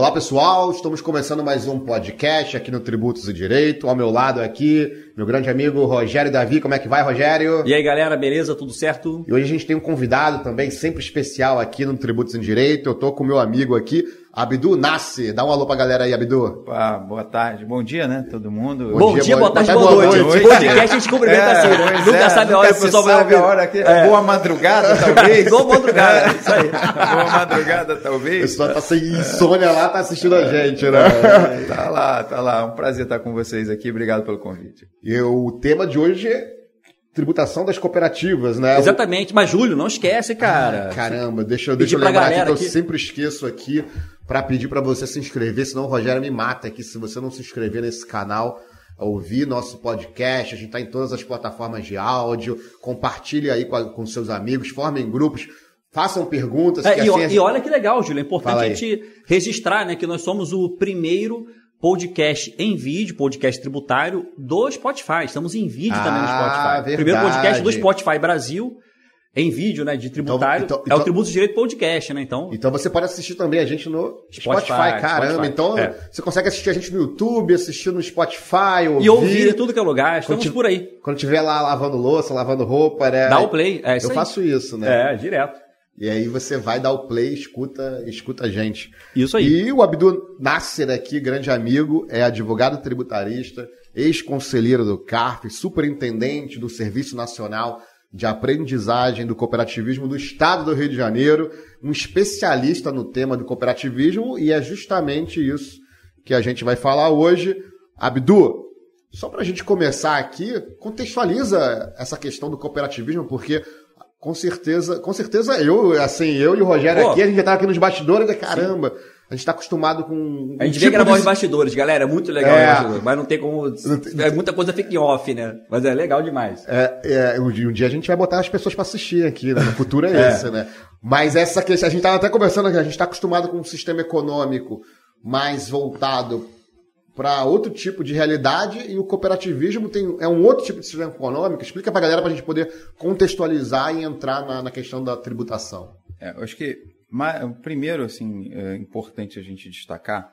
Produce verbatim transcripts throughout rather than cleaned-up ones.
Olá pessoal, estamos começando mais um podcast aqui no Tributos e Direito. Ao meu lado aqui, meu grande amigo Rogério Davi. Como é que vai, Rogério? E aí galera, beleza? Tudo certo? E hoje a gente tem um convidado também sempre especial aqui no Tributos e Direito. Eu tô com o meu amigo aqui, Abdu Nasser. Dá um alô pra galera aí, Abdu. Ah, boa tarde, bom dia, né, todo mundo. Bom, bom dia, dia, boa, boa tarde, boa, boa noite. noite. Podcast a gente cumprimenta é, assim, né? Nunca é, sabe a hora que o pessoal vai ouvir. A hora que... é. Boa madrugada, talvez. Boa madrugada, isso aí. Boa madrugada, talvez. O pessoal tá sem insônia lá, tá assistindo a gente, né? É, tá lá, tá lá. Um prazer estar com vocês aqui. Obrigado pelo convite. E o tema de hoje é tributação das cooperativas, né? Exatamente. Mas, Júlio, não esquece, cara. Ah, caramba, deixa, deixa eu lembrar aqui que eu aqui. sempre esqueço aqui para pedir para você se inscrever, senão o Rogério me mata aqui. Se você não se inscrever nesse canal, ouvir nosso podcast, a gente está em todas as plataformas de áudio, compartilhe aí com, com seus amigos, formem grupos, façam perguntas. É, que e, assim e gente... olha que legal, Júlio, é importante a gente registrar, né, que nós somos o primeiro podcast em vídeo, podcast tributário do Spotify. Estamos em vídeo ah, também no Spotify. Verdade. Primeiro podcast do Spotify Brasil em vídeo, né, de tributário. Então, então, é o Tributos de Direito Podcast, né? Então, então você pode assistir também a gente no Spotify, Spotify caramba. Spotify. Então é. Você consegue assistir a gente no YouTube, assistir no Spotify, ouvir. E ouvir em tudo que é lugar. Estamos quando por aí. Quando estiver lá lavando louça, lavando roupa, né? Dá o play. É isso Eu aí. faço isso, né? É, direto. E aí você vai dar o play, escuta, escuta a gente. Isso aí. E o Abdu Nasser aqui, grande amigo, é advogado tributarista, ex-conselheiro do C A R F, superintendente do Serviço Nacional de Aprendizagem do Cooperativismo do Estado do Rio de Janeiro, um especialista no tema do cooperativismo, e é justamente isso que a gente vai falar hoje. Abdu, só para a gente começar aqui, contextualiza essa questão do cooperativismo, porque Com certeza, com certeza eu, assim, eu e o Rogério Pô, aqui, a gente já tava aqui nos bastidores, e caramba, sim. A gente tá acostumado com... A gente um vê tipo gravar de... os bastidores, galera, é muito legal é, os bastidores, mas não tem como... É muita coisa fica em off, né? Mas é legal demais. É, é, um dia a gente vai botar as pessoas para assistir aqui, né? No futuro é, é esse, né? Mas essa questão, a gente tava até conversando aqui, a gente tá acostumado com um sistema econômico mais voltado para outro tipo de realidade, e o cooperativismo tem, é um outro tipo de sistema econômico. Explica para a galera para a gente poder contextualizar e entrar na, na questão da tributação. É, eu acho que, mas, primeiro, assim, é importante a gente destacar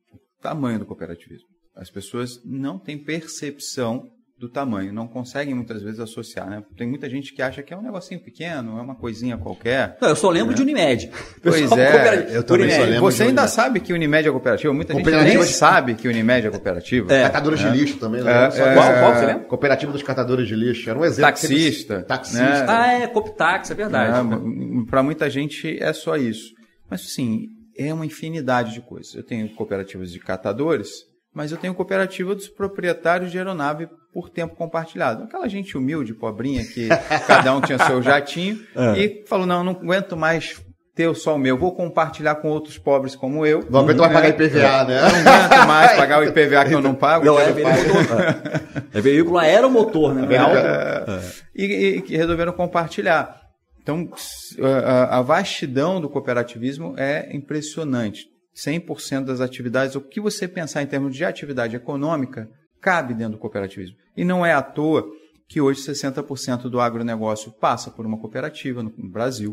o tamanho do cooperativismo. As pessoas não têm percepção do tamanho, não conseguem muitas vezes associar, né? Tem muita gente que acha que é um negocinho pequeno, é uma coisinha qualquer. Não, eu só lembro né? de Unimed. Pois é, eu também Unimed. só lembro Você de ainda Unimed. sabe que Unimed é cooperativa? Muita gente nem sabe que Unimed é cooperativa. É. Catadores é. de lixo também. Né? É, só é, qual, qual você lembra? Cooperativa dos catadores de lixo. Era um exemplo. Taxista. Sempre... Taxista. Né? Ah, é, Coptax, é verdade. É, para muita gente é só isso. Mas, assim, é uma infinidade de coisas. Eu tenho cooperativas de catadores, mas eu tenho cooperativa dos proprietários de aeronave por tempo compartilhado. Aquela gente humilde, pobrinha, que cada um tinha seu jatinho é. e falou, não, não aguento mais ter só o meu, vou compartilhar com outros pobres como eu. Não aguento mais pagar I P V A, né? Não aguento mais pagar o I P V A que eu não pago. Não, é veículo, é veículo aeromotor, né? É alto. É, e, e resolveram compartilhar. Então, a, a vastidão do cooperativismo é impressionante. cem por cento das atividades, o que você pensar em termos de atividade econômica, cabe dentro do cooperativismo. E não é à toa que hoje sessenta por cento do agronegócio passa por uma cooperativa no Brasil.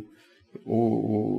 O,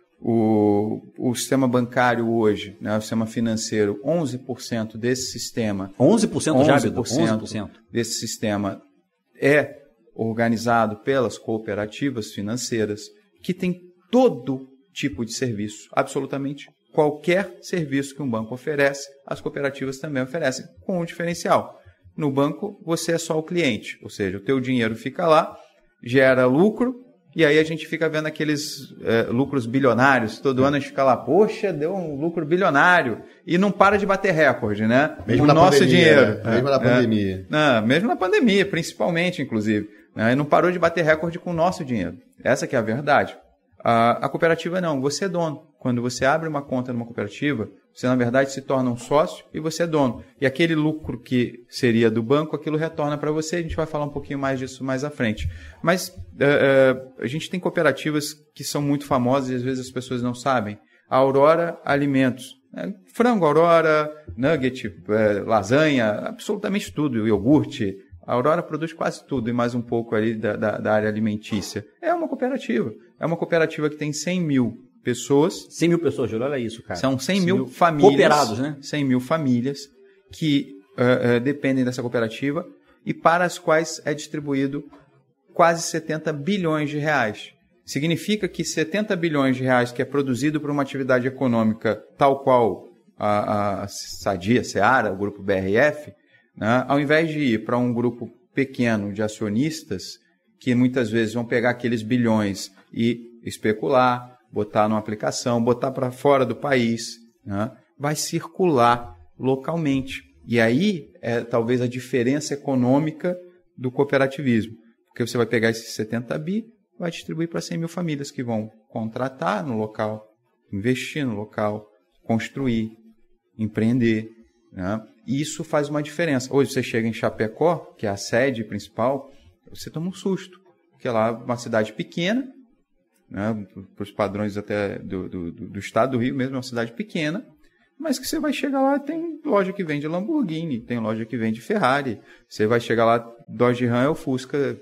o, o, o sistema bancário hoje, né, o sistema financeiro, onze por cento desse sistema... onze por cento já, Beto? onze por cento desse sistema é organizado pelas cooperativas financeiras, que tem todo tipo de serviço, absolutamente qualquer serviço que um banco oferece, as cooperativas também oferecem, com um diferencial. No banco, você é só o cliente, ou seja, o teu dinheiro fica lá, gera lucro, e aí a gente fica vendo aqueles é, lucros bilionários. Todo ano a gente fica lá, poxa, deu um lucro bilionário, e não para de bater recorde, né? Mesmo o na nosso pandemia, dinheiro. Né? Mesmo é, na pandemia. É, não, mesmo na pandemia, principalmente, inclusive. Né? E não parou de bater recorde com o nosso dinheiro. Essa que é a verdade. A, a cooperativa não, você é dono. Quando você abre uma conta numa cooperativa, você na verdade se torna um sócio e você é dono. E aquele lucro que seria do banco, aquilo retorna para você. A gente vai falar um pouquinho mais disso mais à frente. Mas uh, uh, a gente tem cooperativas que são muito famosas e às vezes as pessoas não sabem. A Aurora Alimentos. Né? Frango Aurora, nugget, uh, lasanha, absolutamente tudo, iogurte. A Aurora produz quase tudo e mais um pouco ali da, da, da área alimentícia. É uma cooperativa. É uma cooperativa que tem cem mil pessoas. cem mil pessoas, Júlio, olha isso, cara. São cem mil famílias. Cooperados, né? cem mil famílias que uh, uh, dependem dessa cooperativa e para as quais é distribuído quase setenta bilhões de reais. Significa que setenta bilhões de reais que é produzido por uma atividade econômica tal qual a, a Sadia, Seara, o grupo B R F, né, ao invés de ir para um grupo pequeno de acionistas, que muitas vezes vão pegar aqueles bilhões e especular, botar numa aplicação, botar para fora do país, né, vai circular localmente. E aí é talvez a diferença econômica do cooperativismo. Porque você vai pegar esses setenta bi, vai distribuir para cem mil famílias que vão contratar no local, investir no local, construir, empreender, né? E isso faz uma diferença. Hoje você chega em Chapecó, que é a sede principal, você toma um susto, porque lá é uma cidade pequena, né? Para os padrões até do, do, do estado do Rio mesmo, é uma cidade pequena, mas que você vai chegar lá, tem loja que vende Lamborghini, tem loja que vende Ferrari, você vai chegar lá, Dodge Ram é o Fusca,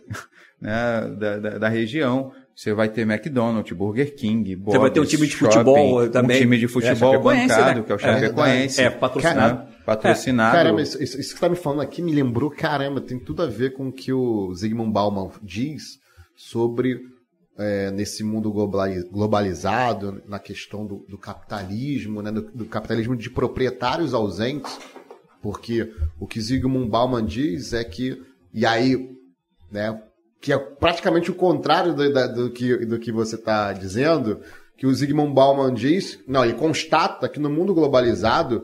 né, da, da, da região, você vai ter McDonald's, Burger King, Bob's, você vai ter um time de shopping, futebol também. Um time de futebol é, bancado, né? Que é o Chapecoense. É, é patrocinado. É, patrocinado. Caramba, isso, isso que você está me falando aqui me lembrou, caramba, tem tudo a ver com o que o Zygmunt Bauman diz sobre, é, nesse mundo globalizado, na questão do, do capitalismo, né, do, do capitalismo de proprietários ausentes, porque o que Zygmunt Bauman diz é que, e aí, né, que é praticamente o contrário do, do, do, que, do que você está dizendo, que o Zygmunt Bauman diz, não, ele constata que no mundo globalizado,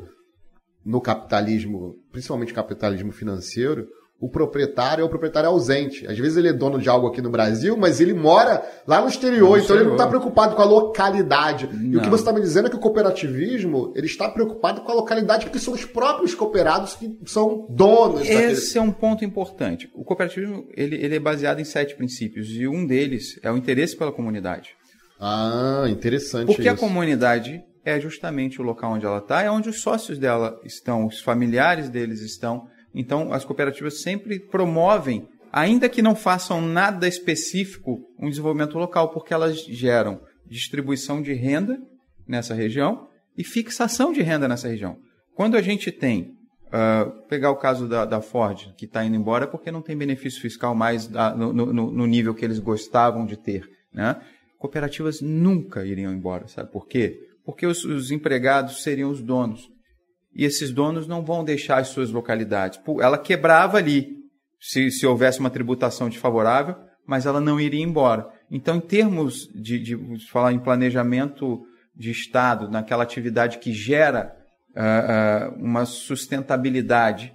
no capitalismo, principalmente capitalismo financeiro, o proprietário é o proprietário ausente. Às vezes ele é dono de algo aqui no Brasil, mas ele mora lá no exterior, no então exterior. Ele não está preocupado com a localidade. Não. E o que você está me dizendo é que o cooperativismo ele está preocupado com a localidade, porque são os próprios cooperados que são donos. Esse daquele... é um ponto importante. O cooperativismo ele, ele é baseado em sete princípios, e um deles é o interesse pela comunidade. Ah, interessante. Porque isso. a comunidade é justamente o local onde ela está, é onde os sócios dela estão, os familiares deles estão. Então, as cooperativas sempre promovem, ainda que não façam nada específico, um desenvolvimento local, porque elas geram distribuição de renda nessa região e fixação de renda nessa região. Quando a gente tem, uh, pegar o caso da, da Ford, que está indo embora porque não tem benefício fiscal mais da, no, no, no nível que eles gostavam de ter, né? Cooperativas nunca iriam embora, sabe por quê? Porque os, os empregados seriam os donos. E esses donos não vão deixar as suas localidades. Ela quebrava ali, se, se houvesse uma tributação desfavorável, mas ela não iria embora. Então, em termos de, de, de falar em planejamento de Estado, naquela atividade que gera uh, uh, uma sustentabilidade,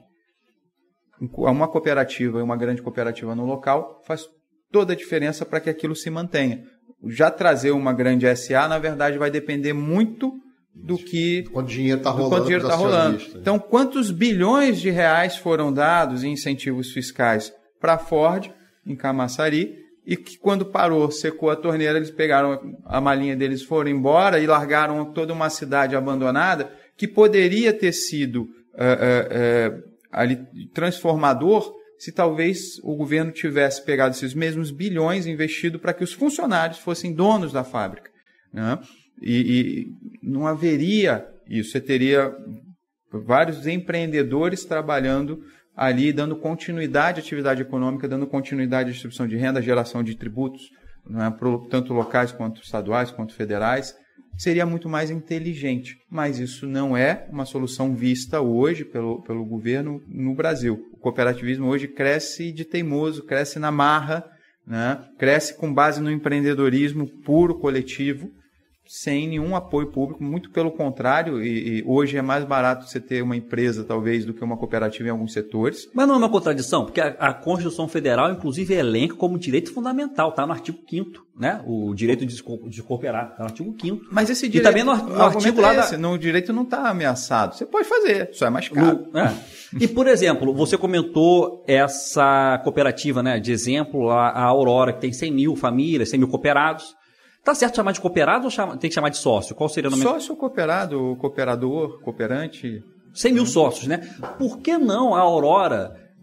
uma cooperativa e uma grande cooperativa no local faz toda a diferença para que aquilo se mantenha. Já trazer uma grande S A, na verdade, vai depender muito do que quanto dinheiro está rolando. Quanto dinheiro tá rolando. Então, quantos bilhões de reais foram dados em incentivos fiscais para a Ford, em Camaçari, e que quando parou, secou a torneira, eles pegaram a malinha deles, foram embora e largaram toda uma cidade abandonada, que poderia ter sido uh, uh, uh, ali, transformador se talvez o governo tivesse pegado esses mesmos bilhões e investido para que os funcionários fossem donos da fábrica, né? E, e não haveria isso. Você teria vários empreendedores trabalhando ali, dando continuidade à atividade econômica, dando continuidade à distribuição de renda, geração de tributos, né, tanto locais quanto estaduais, quanto federais. Seria muito mais inteligente, mas isso não é uma solução vista hoje pelo, pelo governo no Brasil. O cooperativismo hoje cresce de teimoso, cresce na marra, né, cresce com base no empreendedorismo puro, coletivo, sem nenhum apoio público, muito pelo contrário, e, e hoje é mais barato você ter uma empresa, talvez, do que uma cooperativa em alguns setores. Mas não é uma contradição, porque a, a Constituição Federal, inclusive, elenca como direito fundamental, está no artigo quinto, né? O direito de, de cooperar, está no artigo quinto. Mas esse direito, e também no, no artigo lá... É esse, da... no direito não está ameaçado, você pode fazer, só é mais caro. No, é. E, por exemplo, você comentou essa cooperativa, né, de exemplo, a, a Aurora, que tem cem mil famílias, cem mil cooperados. Tá certo chamar de cooperado ou chama, tem que chamar de sócio? Qual seria o nome? Sócio, cooperado, cooperador, cooperante. cem mil sócios, né? Por que não a Aurora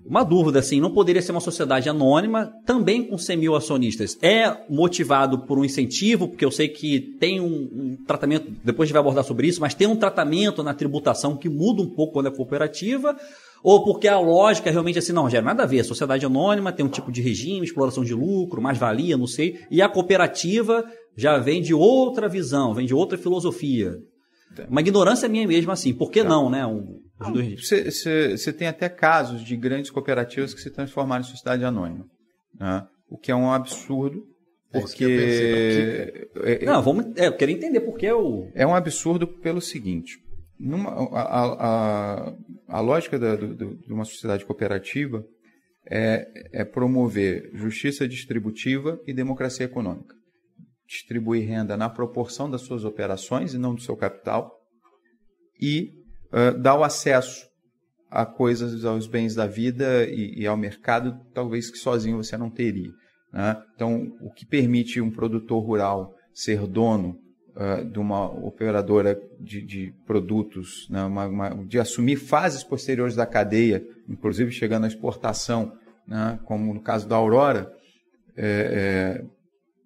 Uma dúvida, assim, não poderia ser uma sociedade anônima, também com cem mil acionistas. É motivado por um incentivo, porque eu sei que tem um, um tratamento, depois a gente vai abordar sobre isso, mas tem um tratamento na tributação que muda um pouco quando é cooperativa, ou porque a lógica é realmente assim, não, gera nada a ver. A sociedade anônima tem um tipo de regime, exploração de lucro, mais-valia, não sei, e a cooperativa já vem de outra visão, vem de outra filosofia. Uma ignorância minha mesmo, assim, por que não, né? Um, Você tem até casos de grandes cooperativas que se transformaram em sociedade anônima, né? O que é um absurdo, porque... É que eu é, não, vamos, é, eu quero entender por que o... É um absurdo pelo seguinte, numa, a, a, a lógica da, do, de uma sociedade cooperativa é, é promover justiça distributiva e democracia econômica. Distribuir renda na proporção das suas operações e não do seu capital, e uh, dar o acesso a coisas, aos bens da vida e, e ao mercado, talvez que sozinho você não teria, né? Então, o que permite um produtor rural ser dono uh, de uma operadora de, de produtos, né? uma, uma, de assumir fases posteriores da cadeia, inclusive chegando à exportação, né? Como no caso da Aurora, é, é,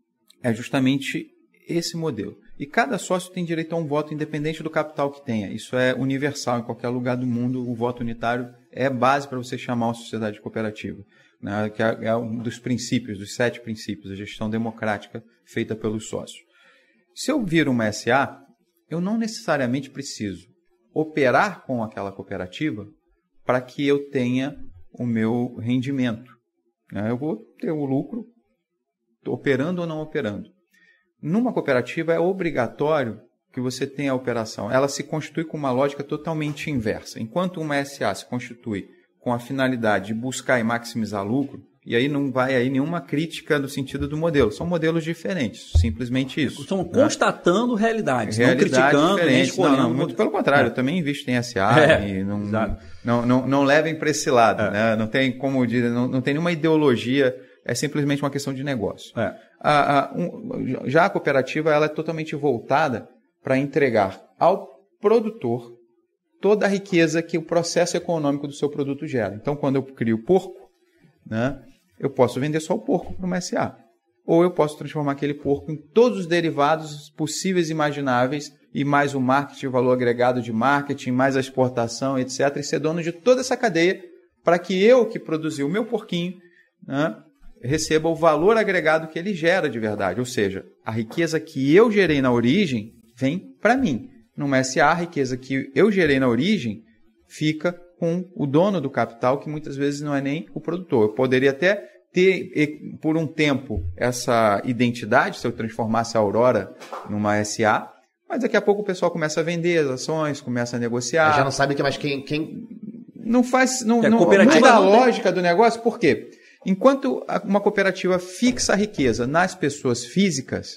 é justamente esse modelo. E cada sócio tem direito a um voto independente do capital que tenha. Isso é universal em qualquer lugar do mundo. O voto unitário é base para você chamar uma sociedade cooperativa, né? Que é um dos princípios, dos sete princípios, a gestão democrática feita pelos sócios. Se eu vir uma S A, eu não necessariamente preciso operar com aquela cooperativa para que eu tenha o meu rendimento, né? Eu vou ter o lucro operando ou não operando. Numa cooperativa é obrigatório que você tenha a operação. Ela se constitui com uma lógica totalmente inversa. Enquanto uma S A se constitui com a finalidade de buscar e maximizar lucro, e aí não vai aí nenhuma crítica no sentido do modelo. São modelos diferentes, simplesmente isso. Estão né? constatando realidades, realidade não criticando, diferente. nem escolhendo. Não, não, muito pelo contrário, é. Eu também invisto em S A é, e não, não, não, não, não levem para esse lado. É. Né? Não tem como dizer, não, não tem nenhuma ideologia, é simplesmente uma questão de negócio. É. A, a, um, já a cooperativa ela é totalmente voltada para entregar ao produtor toda a riqueza que o processo econômico do seu produto gera. Então, quando eu crio porco, né, eu posso vender só o porco para uma S A. Ou eu posso transformar aquele porco em todos os derivados possíveis e imagináveis, e mais o marketing, o valor agregado de marketing, mais a exportação, etcétera, e ser dono de toda essa cadeia para que eu, que produzi o meu porquinho, né, receba o valor agregado que ele gera de verdade. Ou seja, a riqueza que eu gerei na origem vem para mim. Numa S A, a riqueza que eu gerei na origem fica com o dono do capital, que muitas vezes não é nem o produtor. Eu poderia até ter, por um tempo, essa identidade, se eu transformasse a Aurora numa S A, mas daqui a pouco o pessoal começa a vender as ações, começa a negociar. Mas já não sabe que mais quem... quem... Não faz... Não, é, não, cooperativa muda a não lógica tem... do negócio, por quê? Enquanto uma cooperativa fixa a riqueza nas pessoas físicas,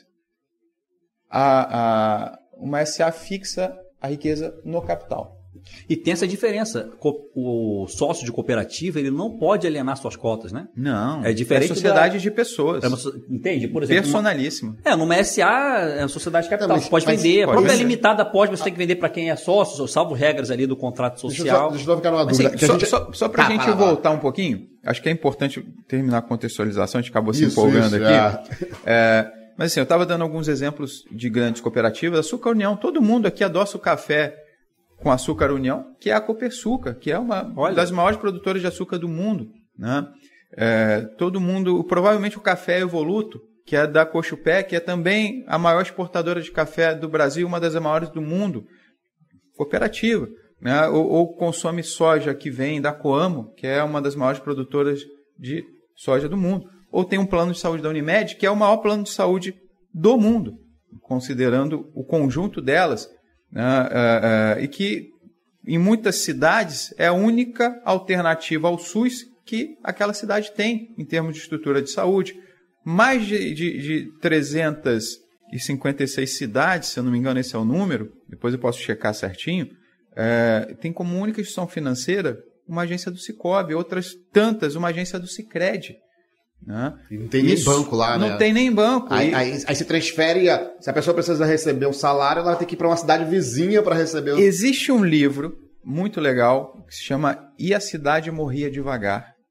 a, a, uma S A fixa a riqueza no capital. E tem essa diferença. O sócio de cooperativa, ele não pode alienar suas cotas, né? Não. É diferente é sociedade da... de pessoas. É uma... Entende? Por exemplo, personalíssima. Uma... É, numa S A é uma sociedade de capital. Não, mas, você pode mas, vender. A pode própria ser. limitada pode, você tem que vender para quem é sócio, salvo regras ali do contrato social. Deixa eu só, deixa eu só ficar numa Mas, dúvida. assim, só, gente... só, só para a tá, gente tá, voltar um pouquinho, acho que é importante terminar a contextualização, a gente acabou se Isso, empolgando isso, aqui. É. É, mas assim, eu estava dando alguns exemplos de grandes cooperativas. Açúcar União, todo mundo aqui adoça o café com Açúcar União, que é a Copersucar, que é uma Olha. das maiores produtoras de açúcar do mundo, né? É, todo mundo, provavelmente o café Evoluto, que é da Cochupé, que é também a maior exportadora de café do Brasil, uma das maiores do mundo, cooperativa, né? Ou, ou consome soja que vem da Coamo, que é uma das maiores produtoras de soja do mundo. Ou tem um plano de saúde da Unimed, que é o maior plano de saúde do mundo, considerando o conjunto delas, né? uh, uh, e que em muitas cidades é a única alternativa ao SUS que aquela cidade tem em termos de estrutura de saúde. Mais de, de, de trezentas e cinquenta e seis cidades, se eu não me engano esse é o número, depois eu posso checar certinho, uh, tem como única instituição financeira uma agência do Sicob, outras tantas uma agência do Sicredi. Né? Não tem Isso, nem banco lá, não né? Não tem nem banco. Aí, e... aí, aí se transfere, a, se a pessoa precisa receber um salário, ela vai ter que ir para uma cidade vizinha para receber o... Existe um livro muito legal que se chama E a Cidade Morria Devagar,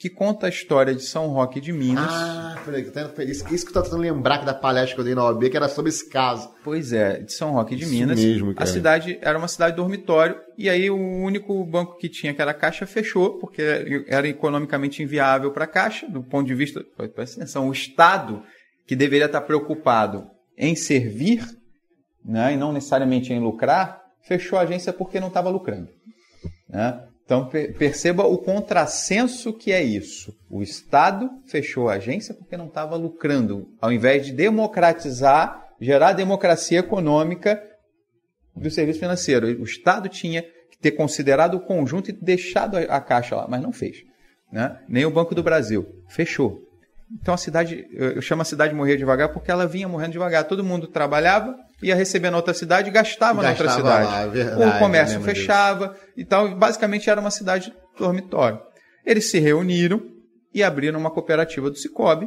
que conta a história de São Roque de Minas. Ah, peraí, isso, isso que eu tô tentando lembrar da palestra que eu dei na O A B, que era sobre esse caso. Pois é, de São Roque de isso Minas. Mesmo, cara. A cidade era uma cidade dormitório, e aí o único banco que tinha, que era a Caixa, fechou, porque era economicamente inviável para a Caixa, do ponto de vista, presta atenção, o Estado, que deveria estar preocupado em servir, né, e não necessariamente em lucrar, fechou a agência porque não estava lucrando. Né? Então, perceba o contrassenso que é isso. O Estado fechou a agência porque não estava lucrando, ao invés de democratizar, gerar democracia econômica do serviço financeiro. O Estado tinha que ter considerado o conjunto e deixado a Caixa lá, mas não fez. Né? Nem o Banco do Brasil. Fechou. Então, a cidade, eu chamo a cidade morrer devagar porque ela vinha morrendo devagar. Todo mundo trabalhava, ia receber na outra cidade e gastava, gastava na outra cidade. Lá, verdade, o comércio fechava disso. E tal. Basicamente era uma cidade dormitório. Eles se reuniram e abriram uma cooperativa do Cicobi.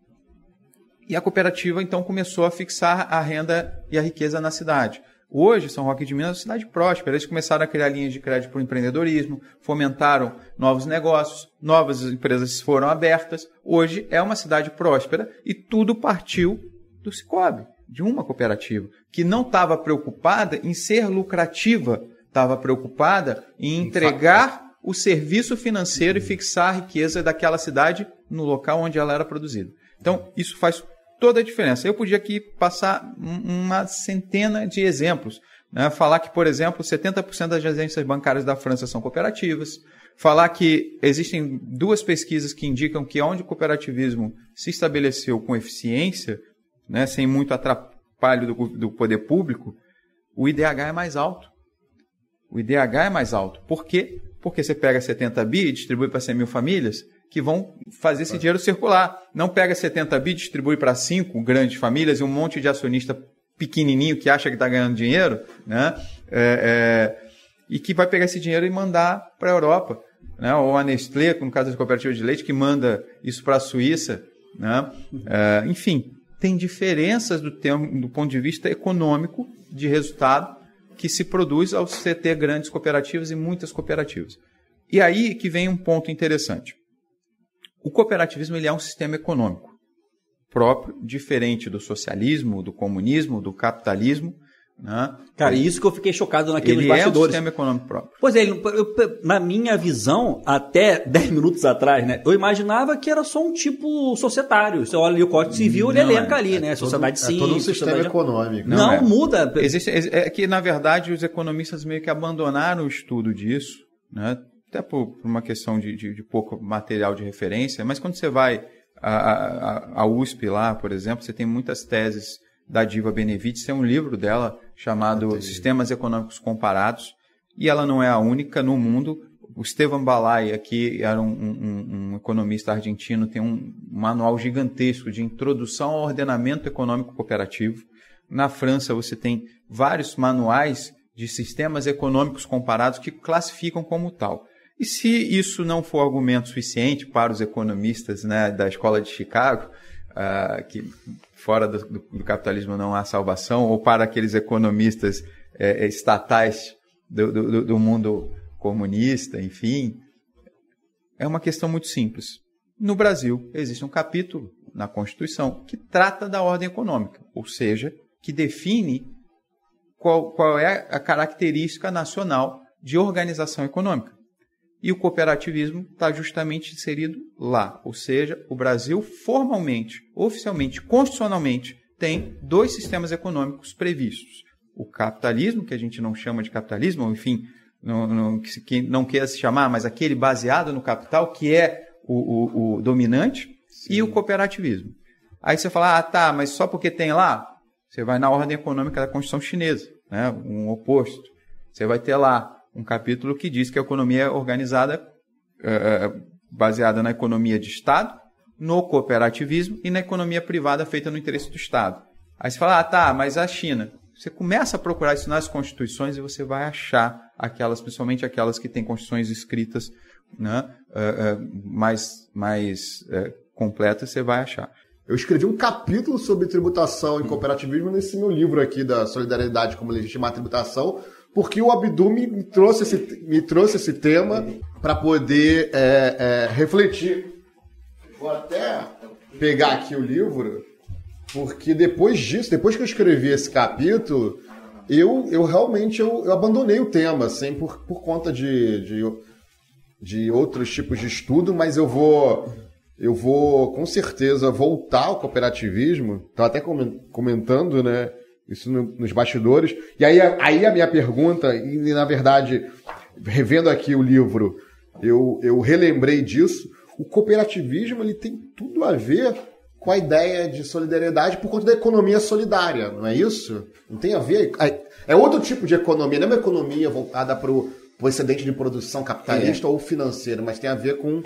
E a cooperativa então começou a fixar a renda e a riqueza na cidade. Hoje, São Roque de Minas é uma cidade próspera. Eles começaram a criar linhas de crédito para o empreendedorismo, fomentaram novos negócios, novas empresas foram abertas. Hoje é uma cidade próspera e tudo partiu do Cicobi, de uma cooperativa, que não estava preocupada em ser lucrativa, estava preocupada em entregar o serviço financeiro e fixar a riqueza daquela cidade no local onde ela era produzida. Então, isso faz toda a diferença. Eu podia aqui passar uma centena de exemplos. Né? Falar que, por exemplo, setenta por cento das agências bancárias da França são cooperativas. Falar que existem duas pesquisas que indicam que onde o cooperativismo se estabeleceu com eficiência, né, sem muito atrapalho do, do poder público, o I D H é mais alto. O I D H é mais alto. Por quê? Porque você pega setenta bi e distribui para cem mil famílias que vão fazer esse dinheiro circular. Não pega setenta bi, distribui para cinco grandes famílias e um monte de acionista pequenininho que acha que está ganhando dinheiro, né? É, é, e que vai pegar esse dinheiro e mandar para a Europa. Né? Ou a Nestlé, no caso das cooperativas de leite, que manda isso para a Suíça. Né? É, enfim, tem diferenças do, termo, do ponto de vista econômico de resultado que se produz ao se ter grandes cooperativas e muitas cooperativas. E aí que vem um ponto interessante. O cooperativismo ele é um sistema econômico próprio, diferente do socialismo, do comunismo, do capitalismo. Né? Cara, isso que eu fiquei chocado naqueles ele bastidores. É um sistema econômico próprio. Pois é, eu, eu, na minha visão, até dez minutos atrás, né, eu imaginava que era só um tipo societário. Você olha ali o Código Civil, ele elenca ali, é, né? É sociedade todo, sim. É todo um sistema sociedade... econômico. Não, não é. muda. Existe, é que, na verdade, os economistas meio que abandonaram o estudo disso, né? Até por, por uma questão de, de, de pouco material de referência, mas quando você vai à U S P lá, por exemplo, você tem muitas teses da Diva Benevides, tem um livro dela chamado Entendi. Sistemas Econômicos Comparados, e ela não é a única no mundo. O Esteban Balay, aqui era um, um, um economista argentino, tem um manual gigantesco de introdução ao ordenamento econômico cooperativo. Na França você tem vários manuais de sistemas econômicos comparados que classificam como tal. E se isso não for argumento suficiente para os economistas, né, da Escola de Chicago, uh, que fora do, do, do capitalismo não há salvação, ou para aqueles economistas eh, estatais do, do, do mundo comunista, enfim, é uma questão muito simples. No Brasil, existe um capítulo na Constituição que trata da ordem econômica, ou seja, que define qual, qual é a característica nacional de organização econômica. E o cooperativismo está justamente inserido lá. Ou seja, o Brasil formalmente, oficialmente, constitucionalmente, tem dois sistemas econômicos previstos. O capitalismo, que a gente não chama de capitalismo, ou enfim, não, não, que não queira se chamar, mas aquele baseado no capital, que é o, o, o dominante, Sim. e o cooperativismo. Aí você fala, ah, tá, mas só porque tem lá, você vai na ordem econômica da Constituição chinesa, né, um oposto. Você vai ter lá um capítulo que diz que a economia é organizada, é, baseada na economia de Estado, no cooperativismo e na economia privada feita no interesse do Estado. Aí você fala, ah, tá, mas a China. Você começa a procurar isso nas constituições e você vai achar aquelas, principalmente aquelas que têm constituições escritas, né, é, é, mais, mais é, completas, você vai achar. Eu escrevi um capítulo sobre tributação e cooperativismo nesse meu livro aqui da Solidariedade como Legitimar a Tributação, porque o Abdu me, me, trouxe, esse, me trouxe esse tema para poder é, é, refletir. Vou até pegar aqui o livro, porque depois disso, depois que eu escrevi esse capítulo, eu, eu realmente eu, eu abandonei o tema, assim, por, por conta de, de, de outros tipos de estudo, mas eu vou, eu vou com certeza voltar ao cooperativismo. Estava até comentando, né, isso no, nos bastidores. E aí, aí a minha pergunta, e na verdade, revendo aqui o livro, eu, eu relembrei disso. O cooperativismo ele tem tudo a ver com a ideia de solidariedade por conta da economia solidária, não é isso? Não tem a ver? É outro tipo de economia, não é uma economia voltada para o excedente de produção capitalista é. ou financeira, mas tem a ver com,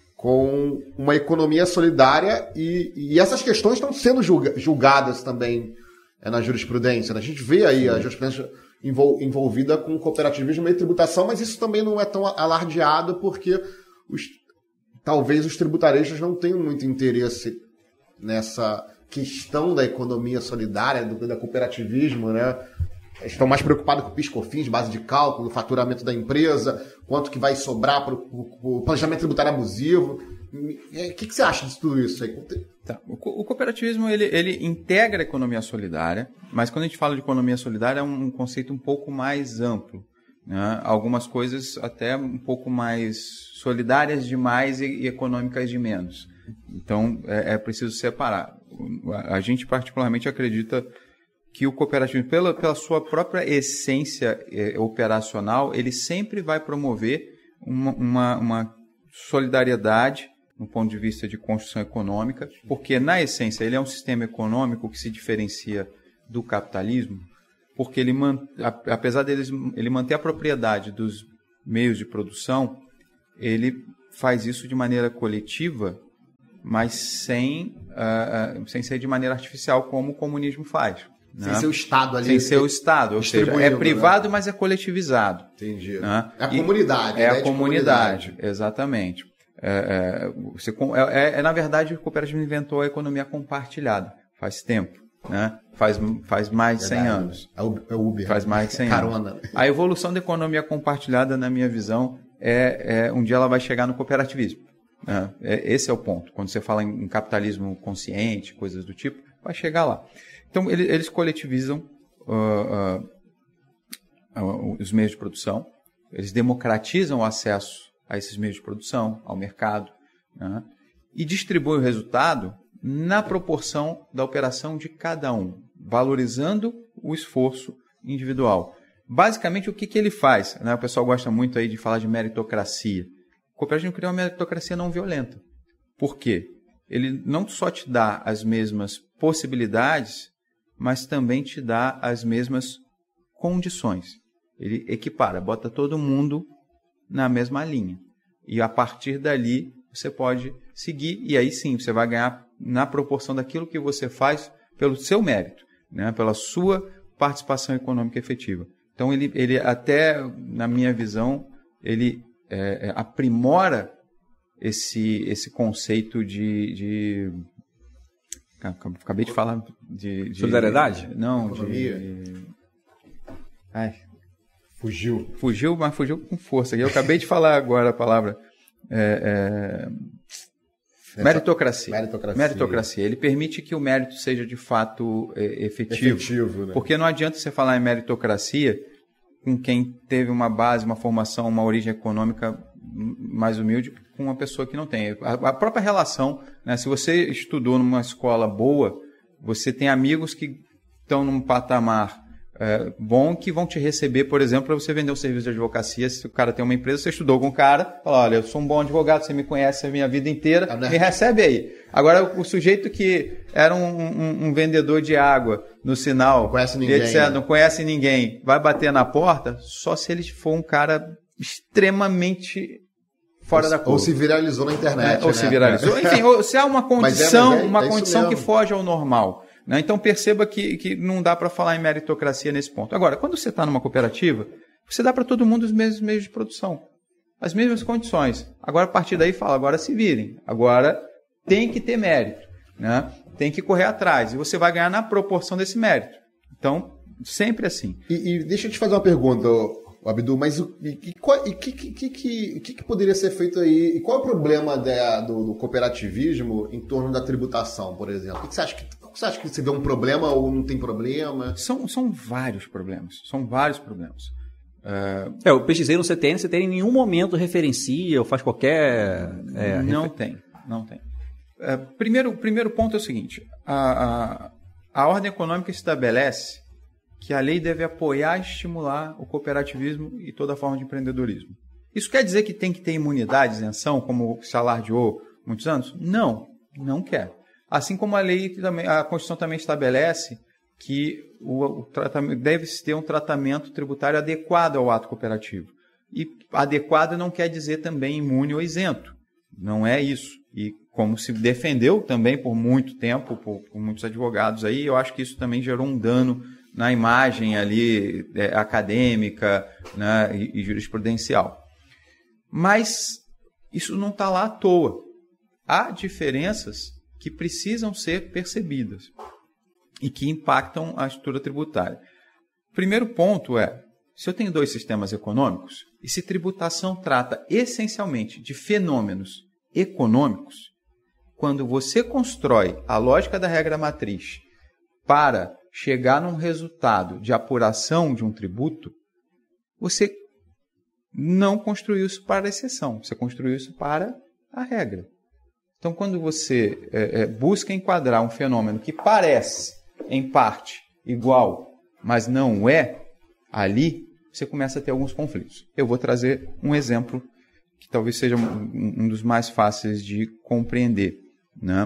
com uma economia solidária e, e essas questões estão sendo julga, julgadas também é, na jurisprudência. A gente vê aí Sim. a jurisprudência envol, envolvida com cooperativismo e tributação, mas isso também não é tão alardeado porque os, talvez os tributaristas não tenham muito interesse nessa questão da economia solidária, do, do cooperativismo, né? Estão mais preocupados com o PIS/COFINS, base de cálculo, faturamento da empresa, quanto que vai sobrar para o planejamento tributário abusivo. O que, que você acha de tudo isso aí? Tá. O, o cooperativismo, ele, ele integra a economia solidária, mas quando a gente fala de economia solidária é um, um conceito um pouco mais amplo, né? Algumas coisas até um pouco mais solidárias demais e, e econômicas de menos. Então, é, é preciso separar. A gente particularmente acredita que o cooperativismo, pela, pela sua própria essência é, operacional, ele sempre vai promover uma, uma, uma solidariedade no ponto de vista de construção econômica, porque, na essência, ele é um sistema econômico que se diferencia do capitalismo, porque ele, apesar dele ele manter a propriedade dos meios de produção, ele faz isso de maneira coletiva, mas sem, uh, sem ser de maneira artificial, como o comunismo faz. Sem né? ser o Estado ali. Sem ser o Estado, ou seja, é privado, né? Mas é coletivizado. Entendi. Né? É a comunidade. É né? a comunidade, comunidade, exatamente. É, é, você, é, é, na verdade, o cooperativismo inventou a economia compartilhada, faz tempo. Né? Faz, faz mais de cem anos. É o Uber. Faz mais de cem Carona. anos. A evolução da economia compartilhada, na minha visão, é, é um dia ela vai chegar no cooperativismo. Né? É, esse é o ponto. Quando você fala em, em capitalismo consciente, coisas do tipo, vai chegar lá. Então, ele, eles coletivizam uh, uh, uh, os meios de produção, eles democratizam o acesso a esses meios de produção, ao mercado, né? E distribuem o resultado na proporção da operação de cada um, valorizando o esforço individual. Basicamente, o que, que ele faz? Né? O pessoal gosta muito aí de falar de meritocracia. O cooperativismo cria uma meritocracia não violenta. Por quê? Ele não só te dá as mesmas possibilidades, mas também te dá as mesmas condições. Ele equipara, bota todo mundo na mesma linha. E a partir dali, você pode seguir, e aí sim, você vai ganhar na proporção daquilo que você faz pelo seu mérito, né? Pela sua participação econômica efetiva. Então, ele, ele até, na minha visão, ele é, é, aprimora esse, esse conceito de, de... Acabei de falar de... de solidariedade? Não, Economia. de... Ai... Fugiu. Fugiu, mas fugiu com força. Eu acabei de falar agora a palavra... É, é... Meritocracia. Meritocracia. Meritocracia. Ele permite que o mérito seja de fato é, efetivo. Efetivo, né? Porque não adianta você falar em meritocracia com quem teve uma base, uma formação, uma origem econômica mais humilde, com uma pessoa que não tem. A, a própria relação, né? Se você estudou numa escola boa, você tem amigos que estão num patamar É, bom, que vão te receber, por exemplo, para você vender um serviço de advocacia. Se o cara tem uma empresa, você estudou com o cara, fala, olha, eu sou um bom advogado, você me conhece a minha vida inteira, é, né? Me recebe aí. Agora, o sujeito que era um, um, um vendedor de água no sinal, não conhece ninguém, etcétera, né? Não conhece ninguém, vai bater na porta só se ele for um cara extremamente fora ou, da curva. Ou se viralizou na internet. É, ou né? se viralizou. Enfim, ou, se há uma condição, mas é, mas é, uma é condição que foge ao normal. Né? Então, perceba que, que não dá para falar em meritocracia nesse ponto. Agora, quando você está numa cooperativa, você dá para todo mundo os mesmos meios de produção, as mesmas condições. Agora, a partir daí, fala, agora se virem. Agora, tem que ter mérito, né? Tem que correr atrás. E você vai ganhar na proporção desse mérito. Então, Sempre assim. E, e deixa eu te fazer uma pergunta, Abdu, mas o que, que, que, que, que, que poderia ser feito aí? E qual é o problema da, do, do cooperativismo em torno da tributação, por exemplo? O que você acha que, você acha que você vê um problema ou não tem problema? São, são vários problemas. São vários problemas. Uh... É, eu pesquisei no C T N, C T N em nenhum momento referencia ou faz qualquer... É, não refer... tem, não tem. Uh, primeiro, primeiro ponto é o seguinte, a, a, a ordem econômica estabelece que a lei deve apoiar e estimular o cooperativismo e toda forma de empreendedorismo. Isso quer dizer que tem que ter imunidade, isenção, como se alardeou muitos anos? Não, não quer. Assim como a lei, a Constituição também estabelece que o, o tratamento, deve-se ter um tratamento tributário adequado ao ato cooperativo. E adequado não quer dizer também imune ou isento. Não é isso. E como se defendeu também por muito tempo, por, por muitos advogados aí, eu acho que isso também gerou um dano na imagem ali é, acadêmica, né, e, e jurisprudencial. Mas isso não está lá à toa. Há diferenças que precisam ser percebidas e que impactam a estrutura tributária. O primeiro ponto é, se eu tenho dois sistemas econômicos, e se tributação trata essencialmente de fenômenos econômicos, quando você constrói a lógica da regra matriz para chegar num resultado de apuração de um tributo, você não construiu isso para a exceção, você construiu isso para a regra. Então, quando você é, é, busca enquadrar um fenômeno que parece, em parte, igual, mas não é, ali você começa a ter alguns conflitos. Eu vou trazer um exemplo que talvez seja um, um dos mais fáceis de compreender, né?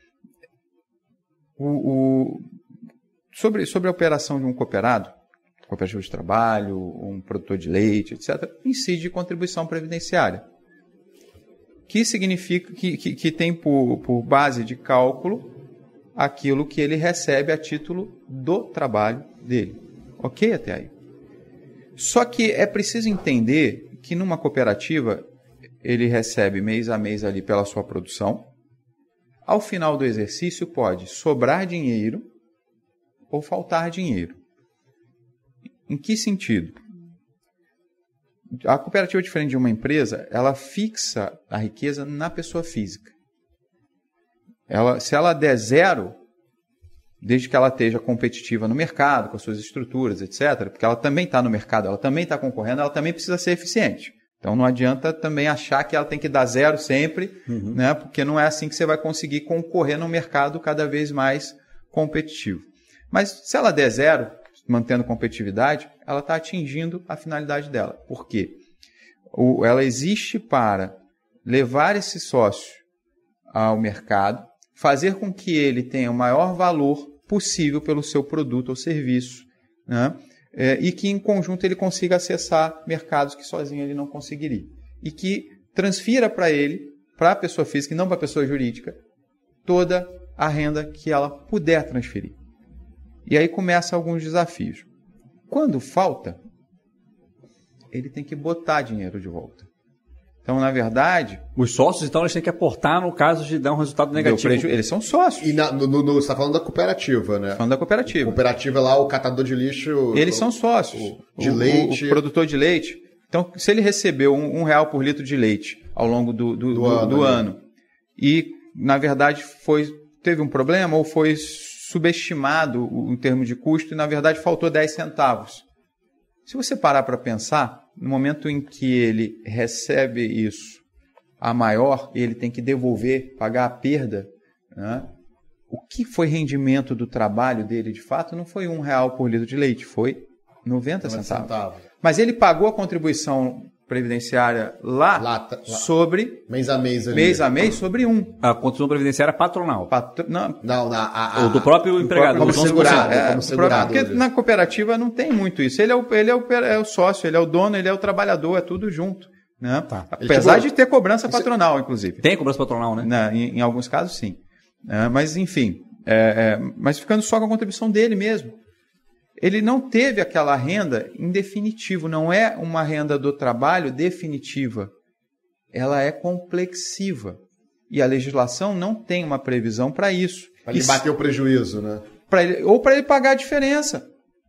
O, o, sobre, sobre a operação de um cooperado, cooperativo de trabalho, um produtor de leite, etcétera, incide contribuição previdenciária, que significa que, que, que tem por, por base de cálculo aquilo que ele recebe a título do trabalho dele. Ok até aí? Só que é preciso entender que numa cooperativa ele recebe mês a mês ali pela sua produção. Ao final do exercício pode sobrar dinheiro ou faltar dinheiro. Em que sentido? A cooperativa, diferente de uma empresa, ela fixa a riqueza na pessoa física. Ela, se ela der zero, desde que ela esteja competitiva no mercado, com as suas estruturas, etcétera, porque ela também está no mercado, ela também está concorrendo, ela também precisa ser eficiente. Então não adianta também achar que ela tem que dar zero sempre, uhum. né? Porque não é assim que você vai conseguir concorrer no mercado cada vez mais competitivo. Mas se ela der zero, mantendo competitividade, ela está atingindo a finalidade dela. Por quê? O, ela existe para levar esse sócio ao mercado, fazer com que ele tenha o maior valor possível pelo seu produto ou serviço, né? É, e que em conjunto ele consiga acessar mercados que sozinho ele não conseguiria. E que transfira para ele, para a pessoa física e não para a pessoa jurídica, toda a renda que ela puder transferir. E aí começam alguns desafios. Quando falta, ele tem que botar dinheiro de volta. Então, na verdade... Os sócios, então, eles têm que aportar no caso de dar um resultado negativo. Preju... Eles são sócios. E na, no, no, você está falando da cooperativa, né? Falando da cooperativa. Cooperativa lá, o catador de lixo... Eles o, são sócios. O, de o, leite... O, o produtor de leite. Então, se ele recebeu um, um real por litro de leite ao longo do, do, do, do, ano, do ano e, na verdade, foi, teve um problema ou foi subestimado o, o termo de custo e, na verdade, faltou dez centavos. Se você parar para pensar, no momento em que ele recebe isso a maior, ele tem que devolver, pagar a perda, né? O que foi rendimento do trabalho dele, de fato, não foi um real por litro de leite, foi noventa centavos. Mas ele pagou a contribuição previdenciária lá, lá, lá. sobre... Mês a mês. Ali. Mês a mês sobre um. A contribuição previdenciária patronal. Patro... Não, não na, a, a, Ou do próprio empregado. Como segurado. É, como segurado porque na cooperativa não tem muito isso. Ele é o, ele é o, é o sócio, ele é o dono, ele é o trabalhador, é tudo junto. Né? Tá. Apesar tipo, de ter cobrança patronal, inclusive. Tem cobrança patronal, né? Na, em, em alguns casos, sim. É, mas, enfim, é, é, mas ficando só com a contribuição dele mesmo. Ele não teve aquela renda em definitivo, não é uma renda do trabalho definitiva. Ela é complexiva. E a legislação não tem uma previsão para isso. Para ele bater o prejuízo, né? Pra ele, ou para ele pagar a diferença.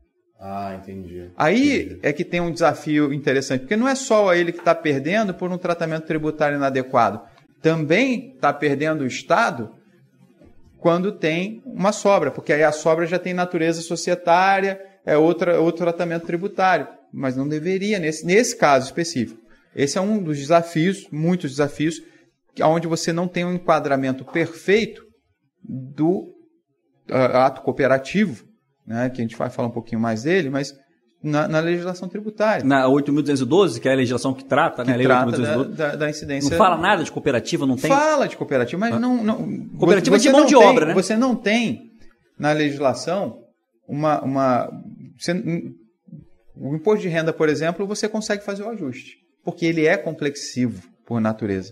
Ah, entendi. Aí entendi. é que tem um desafio interessante, porque não é só ele que está perdendo por um tratamento tributário inadequado. Também está perdendo o Estado quando tem uma sobra, porque aí a sobra já tem natureza societária, é outra, outro tratamento tributário, mas não deveria nesse, nesse caso específico. Esse é um dos desafios, muitos desafios, onde você não tem um enquadramento perfeito do uh, ato cooperativo, né, que a gente vai falar um pouquinho mais dele, mas na, na legislação tributária. Na oito mil duzentos e doze, que é a legislação que trata, que né? A lei trata oito mil duzentos e doze. Da, da, da incidência. Não fala nada de cooperativa, não tem? Fala de cooperativa, mas ah. não, não... Cooperativa você de mão não de tem, obra, né? Você não tem na legislação uma... uma você, o imposto de renda, por exemplo, você consegue fazer o ajuste, porque ele é complexivo por natureza.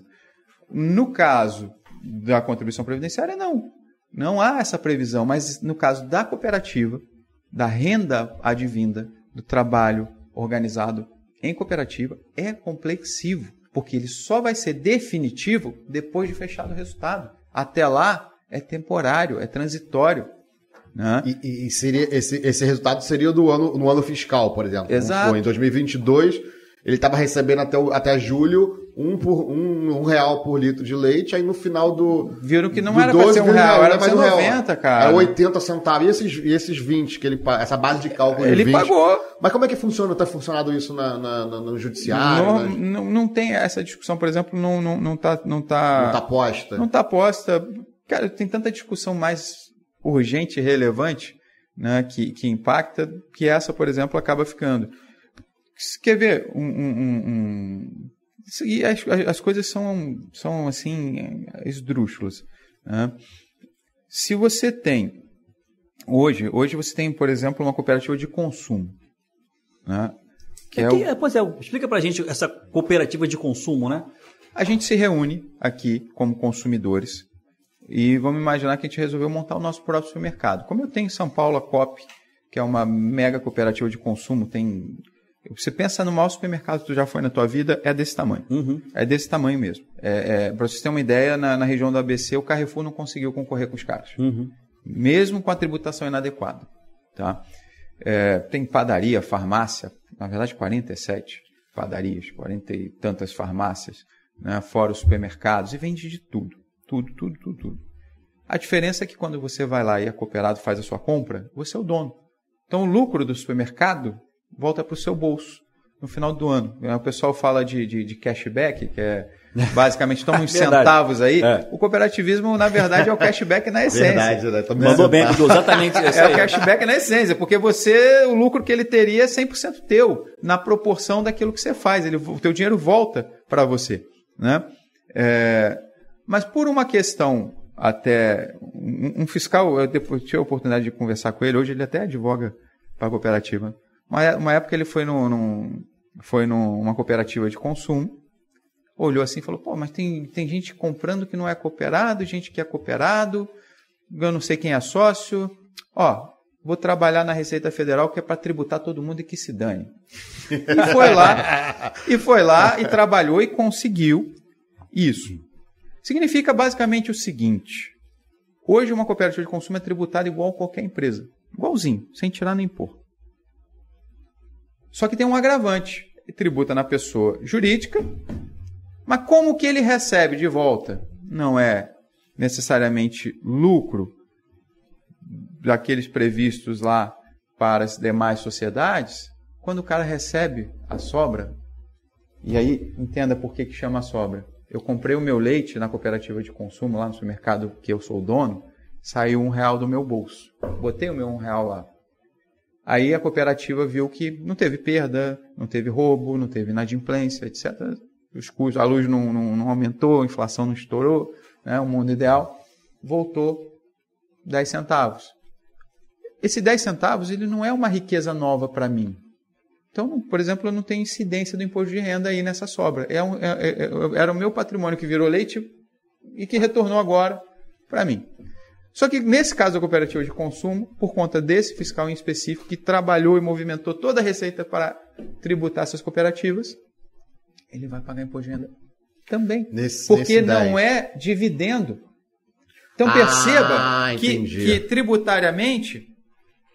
No caso da contribuição previdenciária, não. Não há essa previsão, mas no caso da cooperativa, da renda advinda, do trabalho organizado em cooperativa, é complexivo, porque ele só vai ser definitivo depois de fechado o resultado. Até lá, é temporário, é transitório. Né? E, e seria, esse, esse resultado seria do ano, no ano fiscal, por exemplo. Exato. Em dois mil e vinte e dois, ele estava recebendo até, o, até julho um, por, um, um real por litro de leite, aí no final do... Viram que não era para ser um real, era para ser noventa, cara. Era oitenta centavos. E esses, e esses vinte, que ele, essa base de cálculo de ele vinte... pagou. Mas como é que funciona? Está funcionando isso na, na, na, no judiciário? Não, nas... não, não tem essa discussão, por exemplo, não, não, não tá... Não tá, não tá posta? Não tá posta. Cara, tem tanta discussão mais urgente e relevante, né, que, que impacta, que essa, por exemplo, acaba ficando. Quer ver? Um, um, um, e as, as coisas são, são assim, esdrúxulas. Né? Se você tem, hoje, hoje você tem, por exemplo, uma cooperativa de consumo. Né? Que é é que, o... Pois é, explica pra gente essa cooperativa de consumo, né? A gente se reúne aqui como consumidores e vamos imaginar que a gente resolveu montar o nosso próprio supermercado. Como eu tenho em São Paulo a Coop, que é uma mega cooperativa de consumo, tem... Você pensa no maior supermercado que tu já foi na tua vida, é desse tamanho. Uhum. É desse tamanho mesmo. É, é, para vocês terem uma ideia, na, na região do A B C, o Carrefour não conseguiu concorrer com os caras. Uhum. Mesmo com a tributação inadequada. Tá? É, tem padaria, farmácia, na verdade quarenta e sete padarias, quarenta e tantas farmácias, né, fora os supermercados, e vende de tudo. Tudo, tudo, tudo, tudo. A diferença é que quando você vai lá e a cooperado faz a sua compra, você é o dono. Então o lucro do supermercado volta para o seu bolso no final do ano. O pessoal fala de, de, de cashback, que é basicamente toma uns centavos aí. É. O cooperativismo, na verdade, é o cashback na essência. Verdade, né? Mandou bem, exatamente isso. É o cashback na essência, porque você, o lucro que ele teria é cem por cento teu, na proporção daquilo que você faz. Ele, o teu dinheiro volta para você. Né? É, mas por uma questão até... Um, um fiscal, eu depois tive a oportunidade de conversar com ele, hoje ele até advoga para a cooperativa. Uma, uma época ele foi, no, no, foi numa cooperativa de consumo, olhou assim e falou, pô, mas tem, tem gente comprando que não é cooperado, gente que é cooperado, eu não sei quem é sócio, ó, vou trabalhar na Receita Federal que é para tributar todo mundo e que se dane. E foi lá, e foi lá e trabalhou e conseguiu isso. Significa basicamente o seguinte, hoje uma cooperativa de consumo é tributada igual a qualquer empresa, igualzinho, sem tirar nem pôr. Só que tem um agravante. Ele tributa na pessoa jurídica, mas como que ele recebe de volta? Não é necessariamente lucro daqueles previstos lá para as demais sociedades. Quando o cara recebe a sobra, e aí entenda por que que chama a sobra. Eu comprei o meu leite na cooperativa de consumo, lá no supermercado que eu sou o dono, saiu um real do meu bolso. Botei o meu um real lá. Aí a cooperativa viu que não teve perda, não teve roubo, não teve inadimplência, etcétera. Os custos, a luz não, não, não aumentou, a inflação não estourou, né, o mundo ideal, voltou dez centavos. Esse dez centavos ele não é uma riqueza nova para mim. Então, por exemplo, eu não tenho incidência do imposto de renda aí nessa sobra. É um, é, é, era o meu patrimônio que virou leite e que retornou agora para mim. Só que nesse caso da cooperativa de consumo, por conta desse fiscal em específico, que trabalhou e movimentou toda a receita para tributar essas cooperativas, ele vai pagar imposto de renda também. Nesse, porque nesse não é dividendo. Então perceba ah, que, que tributariamente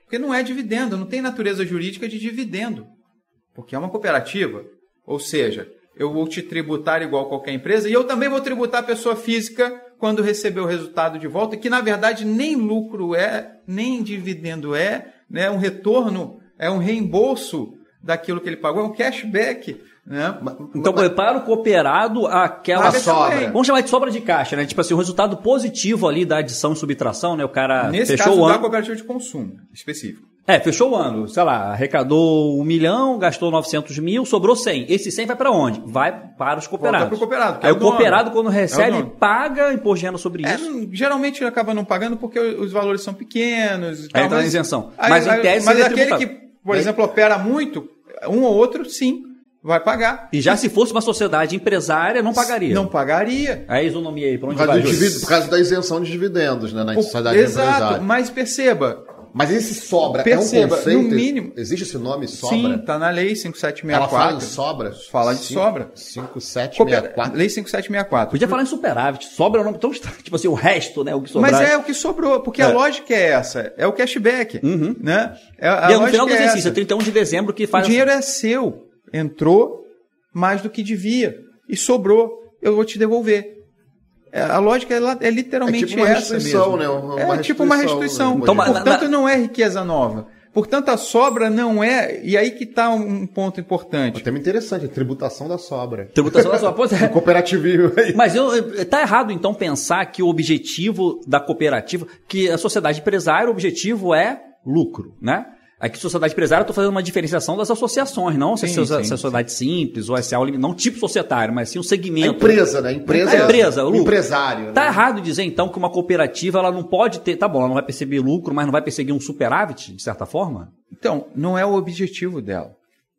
Porque não é dividendo, não tem natureza jurídica de dividendo. Porque é uma cooperativa. Ou seja, eu vou te tributar igual qualquer empresa e eu também vou tributar a pessoa física quando receber o resultado de volta, que na verdade nem lucro é, nem dividendo é, né? Um retorno, é um reembolso daquilo que ele pagou, é um cashback. Né? Então, mas, para o cooperado, aquela sobra. Vamos chamar de sobra de caixa, né? Tipo assim, o resultado positivo ali da adição e subtração, né? O cara Nesse fechou caso, o ano. da cooperativa de consumo específico. É, fechou o ano, sei lá, arrecadou um milhão, gastou novecentos mil, sobrou cem. Esse cem vai para onde? Vai para os cooperados. Volta pro cooperado, que Aí é o o dono. cooperado, quando recebe, É o dono. paga imposto de renda sobre É, isso. não- geralmente acaba não pagando porque os valores são pequenos. E Aí tal, entra na mas- isenção. Aí- Mas em aí- tese mas seria aquele tributado. que, por exemplo, opera muito, um ou outro, sim, vai pagar. E já se fosse uma sociedade empresária, não pagaria. Não pagaria. Aí a isonomia aí, pra Por onde causa, vai? do Júlio? divid- por causa da isenção de dividendos, né? Na O- sociedade Exato, empresária. mas perceba. Mas esse sobra Perceba, é um conceito? no mínimo- Existe esse nome, sobra? Sim, está na lei cinco sete seis quatro. Ela fala em sobra? Fala de sobra. cinco sete Coopera- seis quatro. Lei cinco sete seis quatro. Podia falar em superávit. Sobra é um nome tão estranho. Tipo assim, o resto, né? O que sobrar. Mas é o que sobrou, porque a É. lógica é essa, é o cashback, Uhum. né? É, a E é no lógica final do é exercício, essa. é trinta e um de dezembro que O faz... dinheiro é seu, entrou mais do que devia e sobrou, eu vou te devolver. É, a lógica é, la- é literalmente É tipo uma essa restituição, mesmo. né? Uma é tipo uma restituição, restituição. né? Então, mas- Portanto, na- não é riqueza nova. Portanto, a sobra não é... E aí que está um ponto Um importante. tema interessante, a tributação da sobra. Tributação da sua... Pois é. Cooperativismo aí. Mas eu, tá errado, então, pensar que o objetivo da cooperativa, que a sociedade empresária, o objetivo é lucro, né? Aqui, sociedade empresária, eu estou fazendo uma diferenciação das associações, não se é Sim, socia- sim, se é sociedade simples ou S A, não tipo societário, mas sim um A segmento. empresa, né? A empresa, A empresa, o o lucro. empresário. Tá né? errado dizer, então, que uma cooperativa ela não pode ter... Tá bom, ela não vai perceber lucro, mas não vai perseguir um superávit, de certa forma? Então, não é o objetivo dela.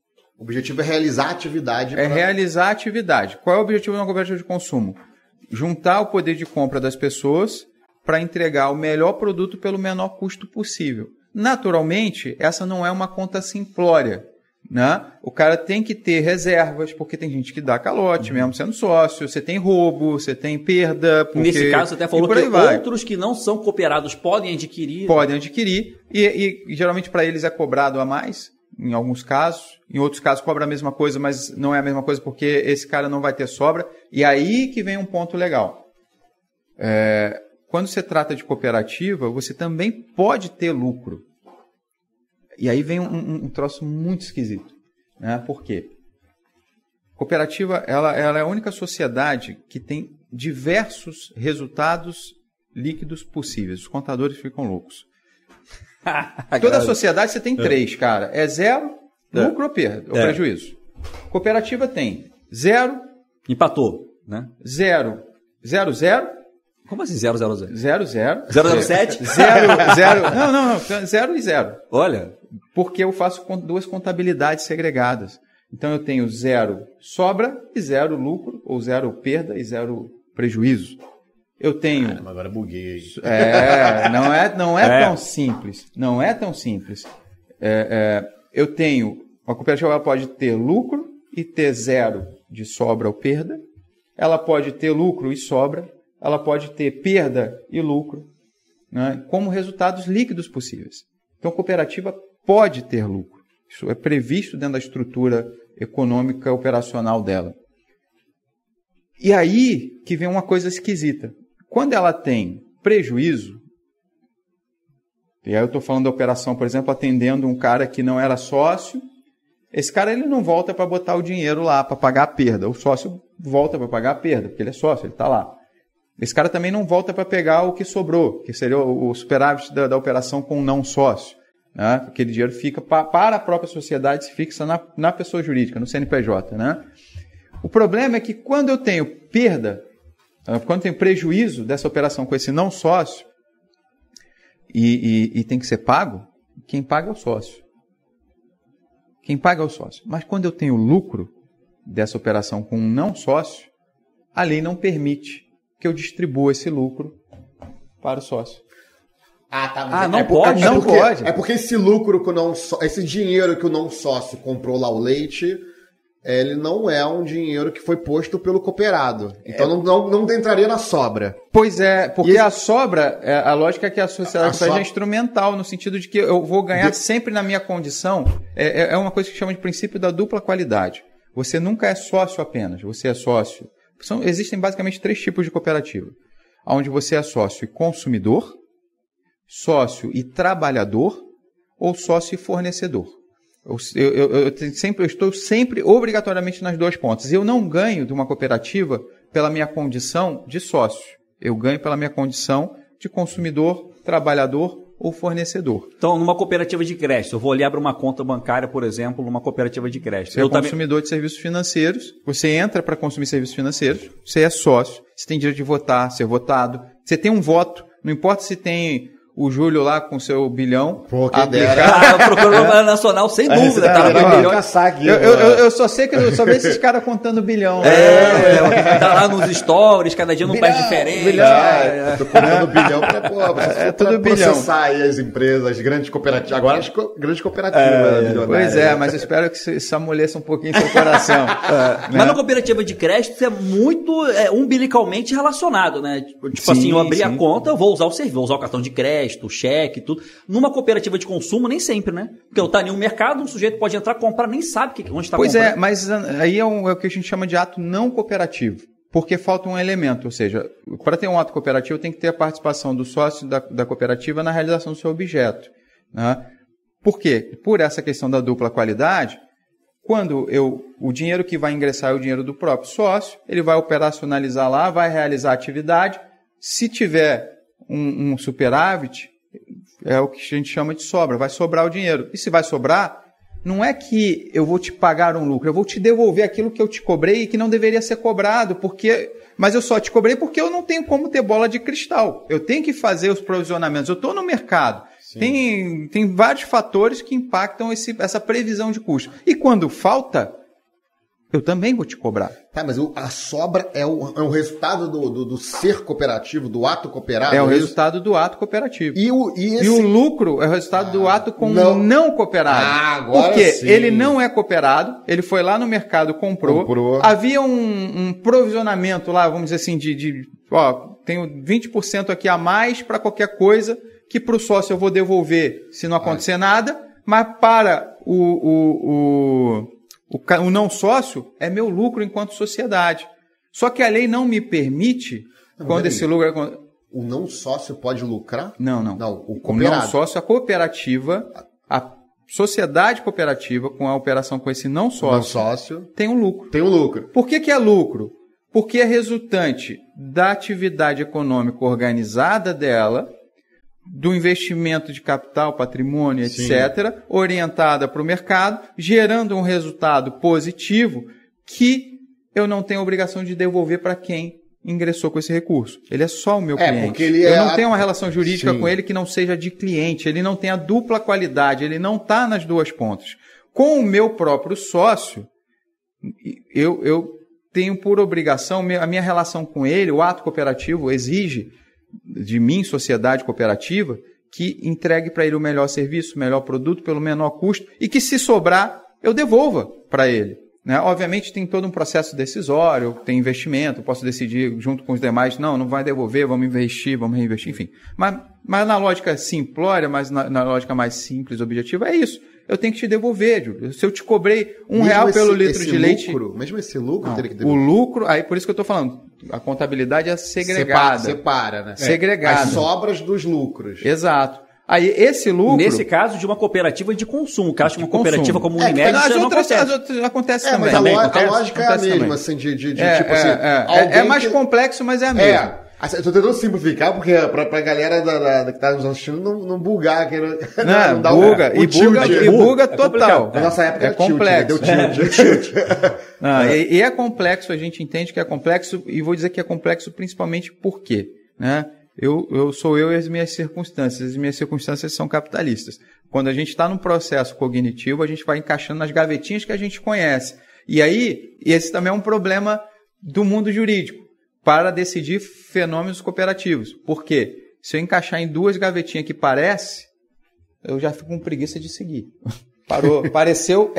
O objetivo é realizar a atividade. É pra- realizar a atividade. Qual é o objetivo de uma cooperativa de consumo? Juntar o poder de compra das pessoas para entregar o melhor produto pelo menor custo possível. Naturalmente, essa não é uma conta simplória. Né? O cara tem que ter reservas, porque tem gente que dá calote, mesmo sendo sócio, você tem roubo, você tem perda. Porque... Nesse caso, você até falou e por que aí vai. outros que não são cooperados podem adquirir... Podem adquirir, e, e- e geralmente para eles é cobrado a mais, em alguns casos. Em outros casos cobra a mesma coisa, mas não é a mesma coisa porque esse cara não vai ter sobra. E aí que vem um ponto legal. É, quando se trata de cooperativa, você também pode ter lucro. E aí vem um, um, um troço muito esquisito. Né? Por quê? Cooperativa ela, ela é a única sociedade que tem diversos resultados líquidos possíveis. Os contadores ficam loucos. Toda sociedade você tem três, cara. É zero, É. lucro ou perda, ou É. prejuízo. Cooperativa tem zero, Empatou, né? zero, zero, zero, Como assim zero, zero, zero? zero, zero. zero zero sete? Zero, zero. Não, não, não. Zero e zero. Olha, Porque eu faço con- duas contabilidades segregadas. Então eu tenho zero sobra e zero lucro, ou zero perda e zero prejuízo. Eu tenho. Caramba, agora buguei aí. É, não é, não é, É. tão simples. Não é tão simples. É, é, eu tenho. Uma cooperativa ela pode ter lucro e ter zero de sobra ou perda. Ela pode ter lucro e sobra. Ela pode ter perda e lucro, né, como resultados líquidos possíveis. Então, a cooperativa pode ter lucro. Isso é previsto dentro da estrutura econômica operacional dela. E aí que vem uma coisa esquisita. Quando ela tem prejuízo, e aí eu estou falando da operação, por exemplo, atendendo um cara que não era sócio, esse cara ele não volta para botar o dinheiro lá, para pagar a perda. O sócio volta para pagar a perda, porque ele é sócio, ele está lá. Esse cara também não volta para pegar o que sobrou, que seria o, o superávit da, da operação com o não sócio. Né? Aquele dinheiro fica pa, para a própria sociedade, se fixa na, na pessoa jurídica, no C N P J. Né? O problema é que quando eu tenho perda, quando eu tenho prejuízo dessa operação com esse não sócio, e, e, e tem que ser pago, quem paga é o sócio. Quem paga é o sócio. Mas quando eu tenho lucro dessa operação com um não sócio, a lei não permite que eu distribua esse lucro para o sócio. Ah, tá. Ah, não é por- pode? é Não porque- pode. É porque esse lucro que o não só- esse dinheiro que o não sócio comprou lá o leite, ele não é um dinheiro que foi posto pelo cooperado. Então é. não, não, não entraria na sobra. Pois é, porque esse... a sobra, é, a lógica é que a sociedade a so... é instrumental, no sentido de que eu vou ganhar de... sempre na minha condição. É, é uma coisa que chama de princípio da dupla qualidade. Você nunca é sócio apenas, você é sócio. São, existem basicamente três tipos de cooperativa. Onde você é sócio e consumidor, sócio e trabalhador, ou sócio e fornecedor. Eu, eu, eu, eu, sempre, eu estou sempre obrigatoriamente nas duas pontas. Eu não ganho de uma cooperativa pela minha condição de sócio. Eu ganho pela minha condição de consumidor, trabalhador ou fornecedor. Então, numa cooperativa de crédito, eu vou ali abrir uma conta bancária, por exemplo, numa cooperativa de crédito. Você eu é consumidor também... de serviços financeiros, você entra para consumir serviços financeiros, você é sócio, você tem direito de votar, ser votado, você tem um voto, não importa se tem... O Júlio lá com seu bilhão. Pô, que ah, o Procurador Nacional, sem dúvida. É, tá é, bilhão. Aqui, eu, eu, eu, eu só sei que eu só vejo esses caras contando bilhão. É, é, tá lá nos stories, cada dia num bilhão, país diferente. Bilhão. É, é. Tô contando bilhão pra, pô, é, pra tudo processar aí as empresas, as grandes cooperativas. Agora as co grandes cooperativas. É, pois é, mas eu espero que isso amoleça um pouquinho seu coração. é, né? Mas na cooperativa de crédito é muito é, umbilicalmente relacionado, né? Tipo, tipo sim, assim, eu abri sim. a conta, eu vou usar o serviço, vou usar o cartão de crédito, o cheque, tudo. Numa cooperativa de consumo, nem sempre, né? Porque eu tá em um mercado, um sujeito pode entrar, comprar, nem sabe que, onde está comprando. Pois é, mas aí é, um, é o que a gente chama de ato não cooperativo. Porque falta um elemento, ou seja, para ter um ato cooperativo tem que ter a participação do sócio da, da cooperativa na realização do seu objeto. Né? Por quê? Por essa questão da dupla qualidade, quando eu, o dinheiro que vai ingressar é o dinheiro do próprio sócio, ele vai operacionalizar lá, vai realizar a atividade. Se tiver um, um superávit, é o que a gente chama de sobra, vai sobrar o dinheiro. E se vai sobrar, não é que eu vou te pagar um lucro, eu vou te devolver aquilo que eu te cobrei e que não deveria ser cobrado, porque, mas eu só te cobrei porque eu não tenho como ter bola de cristal. Eu tenho que fazer os provisionamentos, eu estou no mercado. Tem, tem vários fatores que impactam esse, essa previsão de custo. E quando falta, eu também vou te cobrar. Tá, mas o, a sobra é o, é o resultado do, do, do ser cooperativo, do ato cooperado? É o é resultado do ato cooperativo. E o, e esse... e o lucro é o resultado ah, do ato com não, não cooperado. Ah, agora Porque sim. ele não é cooperado, ele foi lá no mercado, comprou, comprou. havia um, um provisionamento lá, vamos dizer assim, de, de ó, tenho vinte por cento aqui a mais para qualquer coisa, que para o sócio eu vou devolver se não acontecer ah. nada, mas para o... o, o O, o não sócio é meu lucro enquanto sociedade. Só que a lei não me permite, não, quando esse lucro... O não sócio pode lucrar? Não, não. Não, o, o não sócio, a cooperativa, a sociedade cooperativa, com a operação com esse não sócio, não sócio tem um lucro. Tem um lucro. Por que que é lucro? Porque é resultante da atividade econômica organizada dela, do investimento de capital, patrimônio, etcétera, Sim. orientada para o mercado, gerando um resultado positivo que eu não tenho a obrigação de devolver para quem ingressou com esse recurso. Ele é só o meu é, cliente. Porque ele eu é não a... tenho uma relação jurídica Sim. com ele que não seja de cliente, ele não tem a dupla qualidade, ele não está nas duas pontas. Com o meu próprio sócio, eu, eu tenho por obrigação, a minha relação com ele, o ato cooperativo exige de mim, sociedade cooperativa, que entregue para ele o melhor serviço, o melhor produto, pelo menor custo, e que se sobrar, eu devolva para ele. Né? Obviamente tem todo um processo decisório, tem investimento, eu posso decidir junto com os demais, não, não vai devolver, vamos investir, vamos reinvestir, enfim. Mas, mas na lógica simplória, mas na, na lógica mais simples, objetiva, é isso. Eu tenho que te devolver, Júlio. Se eu te cobrei um mesmo real esse, pelo litro de leite... Lucro, mesmo esse lucro... Não, teria que devolver. O lucro, aí por isso que eu estou falando, a contabilidade é segregada. Separa, separa né? Segregada. As sobras dos lucros. Exato. Aí esse lucro... Nesse caso de uma cooperativa de consumo, que acho que uma cooperativa como o Unimed é, já não outras, acontece. As outras acontece é, também. Mas a, também lo, acontece, a lógica é a mesma, também. assim, de, de, de é, tipo é, assim... É, é mais que... complexo, mas é a mesma. É. Eu tô tentando simplificar, porque pra, pra galera da, da, da que tá nos assistindo não, não bugar. Que não, não, não dá buga, o, e, o buga tilt, e buga total. Na nossa época é era complexo. Tilt, né? Deu tilt. não, é. E, e é complexo, a gente entende que é complexo, e vou dizer que é complexo principalmente por quê? Né? Eu, eu sou eu e as minhas circunstâncias. As minhas circunstâncias são capitalistas. Quando a gente está num processo cognitivo, a gente vai encaixando nas gavetinhas que a gente conhece. E aí, esse também é um problema do mundo jurídico, para decidir fenômenos cooperativos. Por quê? Se eu encaixar em duas gavetinhas que parece, eu já fico com preguiça de seguir. Parou, pareceu, é.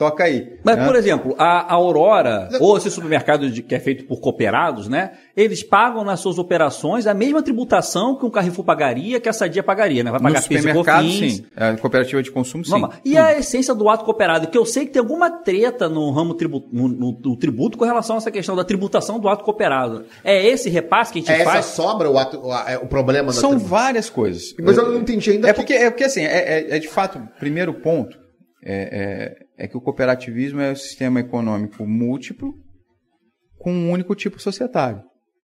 toca aí. Mas, né? por exemplo, a, a Aurora, ou esse supermercado de, que é feito por cooperados, né? Eles pagam nas suas operações a mesma tributação que um Carrefour pagaria, que a Sadia pagaria, né? Vai pagar No supermercado, PIS e sim. A cooperativa de consumo, sim. Vamos, e a essência do ato cooperado? Que eu sei que tem alguma treta no ramo tributo, no, no, no tributo com relação a essa questão da tributação do ato cooperado. É esse repasse que a gente É faz? essa sobra o, ato, o, o problema da São tribu- várias coisas. Mas eu não entendi ainda É que- porque, é porque assim, é, é, é de fato, o primeiro ponto é, é, é que o cooperativismo é um sistema econômico múltiplo com um único tipo societário.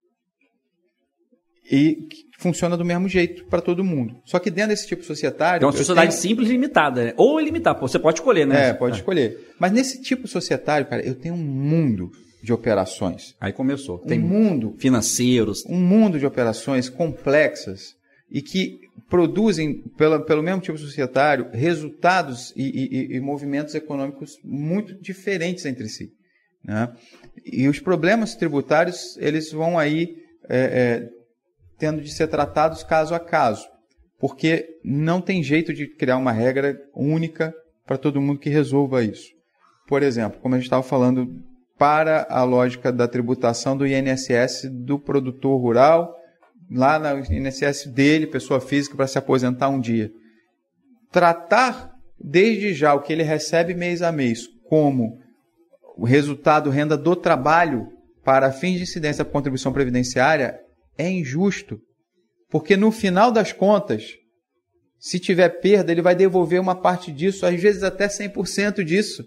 E que funciona do mesmo jeito para todo mundo. Só que dentro desse tipo societário... É uma eu sociedade tenho- simples e limitada, né? Ou ilimitada, você pode escolher, né? É, pode escolher. Mas nesse tipo societário, cara, eu tenho um mundo de operações. Aí começou. Tem um mundo Financeiros. um mundo de operações complexas e que produzem, pela, pelo mesmo tipo societário, resultados e, e- e movimentos econômicos muito diferentes entre si. Né? E os problemas tributários, eles vão aí é, é, tendo de ser tratados caso a caso, porque não tem jeito de criar uma regra única para todo mundo que resolva isso. Por exemplo, como a gente estava falando, para a lógica da tributação do I N S S do produtor rural, lá no I N S S dele, pessoa física, para se aposentar um dia. Tratar desde já o que ele recebe mês a mês como o resultado renda do trabalho para fins de incidência da contribuição previdenciária é injusto. Porque no final das contas, se tiver perda, ele vai devolver uma parte disso, às vezes até cem por cento disso.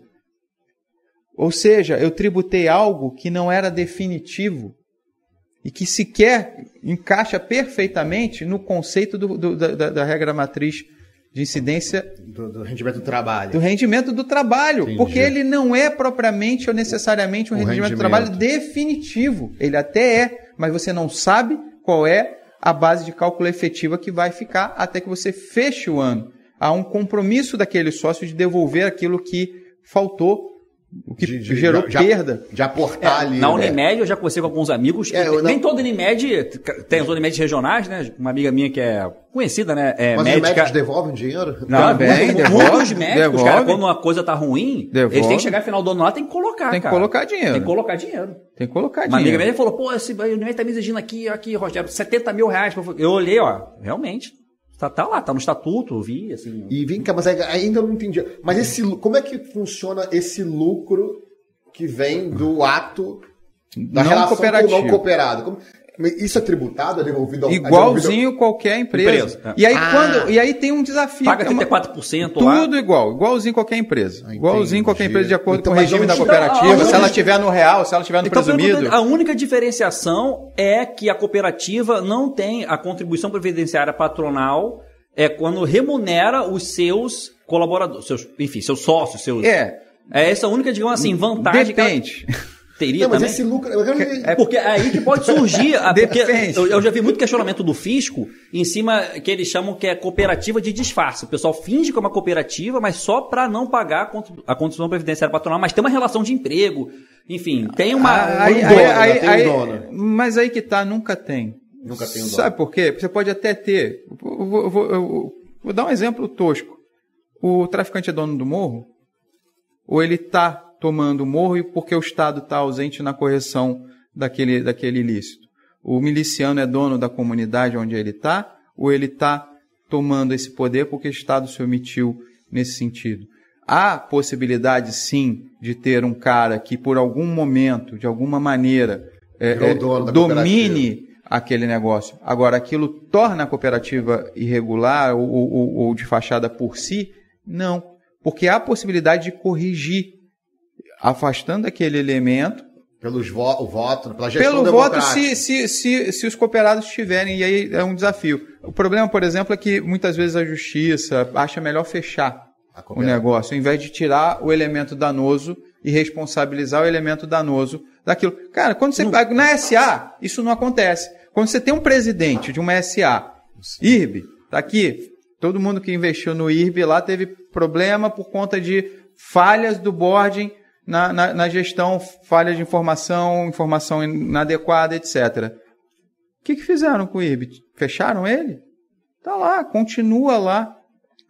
Ou seja, eu tributei algo que não era definitivo e que sequer encaixa perfeitamente no conceito do, do, da, da regra matriz de incidência do, do rendimento do trabalho. do rendimento do trabalho. Entendi. Porque ele não é propriamente ou necessariamente um O rendimento, rendimento. do trabalho definitivo. Ele até é, mas você não sabe qual é a base de cálculo efetiva que vai ficar até que você feche o ano. Há um compromisso daquele sócio de devolver aquilo que faltou, o que De- de- gerou já- perda. De aportar É, ali. na né? Unimed, eu já conversei com alguns amigos. É, eu Nem não- toda Unimed tem as Unimed regionais, né? Uma amiga minha que é conhecida, né? É Mas os médica. médicos devolvem dinheiro? Não, Também, muitos, devolve, muitos médicos, devolve. cara, quando uma coisa tá ruim, Devolve. eles têm que chegar no final do ano lá, tem que colocar, Tem que cara. colocar dinheiro. Tem que colocar dinheiro. Tem que colocar Uma amiga dinheiro. minha falou, pô, esse Unimed tá me exigindo aqui, aqui, Rogério, setenta mil reais. Eu olhei, ó, realmente, tá, tá lá, tá no estatuto, eu vi, assim. E vem cá, mas ainda eu não entendi. Mas esse, lu- como é que funciona esse lucro que vem do ato da Não relação cooperativo. com o não cooperado? Como- isso é tributado? É devolvido ao... é Igualzinho qualquer empresa. Empresa, é. E, aí, Ah. quando, e aí tem um desafio. Paga que é uma- trinta e quatro por cento lá. Tudo igual, igualzinho qualquer empresa. Ah, Igualzinho qualquer entendi. empresa de acordo Então, com o mas regime da onde- cooperativa. Então, se aonde- ela estiver no real, se ela estiver no Então, presumido. perguntando, a única diferenciação é que a cooperativa não tem a contribuição previdenciária patronal é quando remunera os seus colaboradores, seus, enfim, seus sócios, seus. É, É essa a única, digamos assim, vantagem depende. que ela teria Não, mas também. esse lucro... eu quero ver- É porque é aí que pode surgir. a- porque Depende. eu, eu já vi muito questionamento do fisco em cima que eles chamam que é cooperativa de disfarce. O pessoal finge que é uma cooperativa, mas só para não pagar a contribu- a contribuição previdenciária patronal, mas tem uma relação de emprego. Enfim, tem uma. Ah, aí- um aí- dono, aí- tem um aí- dono. Mas aí que tá, nunca tem. Nunca tem um dono. Sabe por quê? Você pode até ter. Eu vou, eu vou- eu vou dar um exemplo tosco. O traficante é dono do morro? Ou ele está tomando o morro e porque o Estado está ausente na correção daquele, daquele ilícito? O miliciano é dono da comunidade onde ele está? Ou ele está tomando esse poder porque o Estado se omitiu nesse sentido? Há possibilidade, sim, de ter um cara que, por algum momento, de alguma maneira, é, Virou é, dono da domine aquele negócio. Agora, aquilo torna a cooperativa irregular ou, ou- ou de fachada por si? Não. Porque há a possibilidade de corrigir, afastando aquele elemento, Pelos vo o voto, pela gestão pelo voto, democrática. se, se, se, se os cooperados tiverem, e aí é um desafio. O problema, por exemplo, é que muitas vezes a justiça acha melhor fechar A o cooperativa. negócio, ao invés de tirar o elemento danoso e responsabilizar o elemento danoso daquilo. Cara, quando você vai na S A, isso não acontece. Quando você tem um presidente de uma S A, I R B, tá aqui, todo mundo que investiu no I R B lá teve problema por conta de falhas do boarding na, na, na gestão, falhas de informação, informação inadequada, etcétera. O que, que fizeram com o I R B? Fecharam ele? Tá lá, continua lá.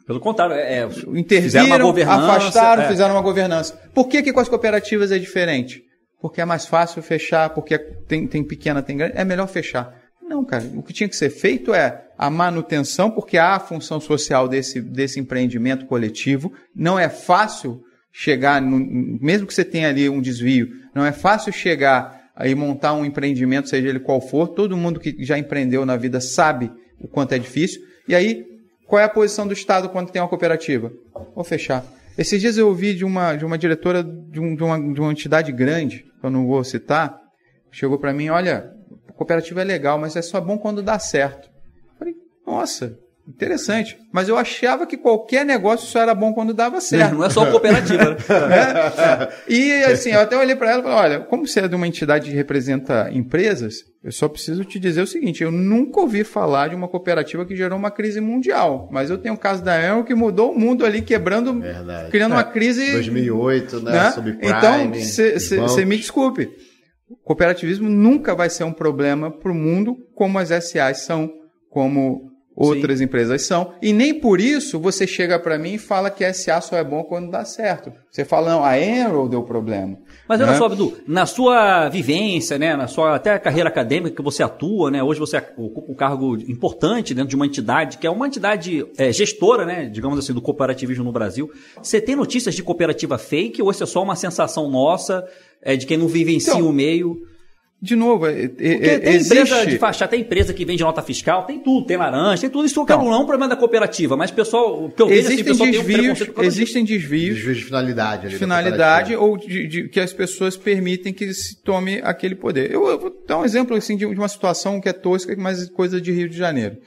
Pelo contrário, é, interviram, uma governança, afastaram, é. fizeram uma governança. Por que que com as cooperativas é diferente? Porque é mais fácil fechar, porque tem, tem pequena, tem grande, é melhor fechar. Não, cara, o que tinha que ser feito é a manutenção, porque há a função social desse, desse empreendimento coletivo. Não é fácil chegar, no, mesmo que você tenha ali um desvio, não é fácil chegar e montar um empreendimento, seja ele qual for. Todo mundo que já empreendeu na vida sabe o quanto é difícil. E aí, qual é a posição do Estado quando tem uma cooperativa? Vou fechar. Esses dias eu ouvi de uma, de uma diretora de, um, de, uma, de uma entidade grande, que eu não vou citar, chegou para mim, olha, a cooperativa é legal, mas é só bom quando dá certo. Eu falei, nossa, interessante. Mas eu achava que qualquer negócio só era bom quando dava certo. Não é só cooperativa, né? é, é. E assim, eu até olhei para ela e falei, olha, como você é de uma entidade que representa empresas, eu só preciso te dizer o seguinte, eu nunca ouvi falar de uma cooperativa que gerou uma crise mundial, mas eu tenho o caso da Enel que mudou o mundo ali, quebrando, Verdade. criando é. uma crise... dois mil e oito, né? né? Subprime, então, você me desculpe, o cooperativismo nunca vai ser um problema para o mundo como as S As são, como outras Sim. empresas são, e nem por isso você chega para mim e fala que a S A só é bom quando dá certo. Você fala, não, a Enel deu problema. Mas né? olha só, Abdu, na sua vivência, né, na sua até carreira acadêmica que você atua, né, hoje você ocupa um cargo importante dentro de uma entidade, que é uma entidade é, gestora, né, digamos assim, do cooperativismo no Brasil. Você tem notícias de cooperativa fake ou isso é só uma sensação nossa, é, de quem não vivencia então, o meio? De novo, é, Porque é, tem existe... empresa de fachada, tem empresa que vende nota fiscal, tem tudo, tem laranja, tem tudo. Isso então, não é um problema da cooperativa, mas pessoal, o que eu vejo assim, o pessoal desvios, tem um preconceito. Existem desvios, desvios de finalidade. Ali de finalidade ou de, de, que as pessoas permitem que se tome aquele poder. Eu, eu vou dar um exemplo assim, de, de uma situação que é tosca, mas coisa de Rio de Janeiro.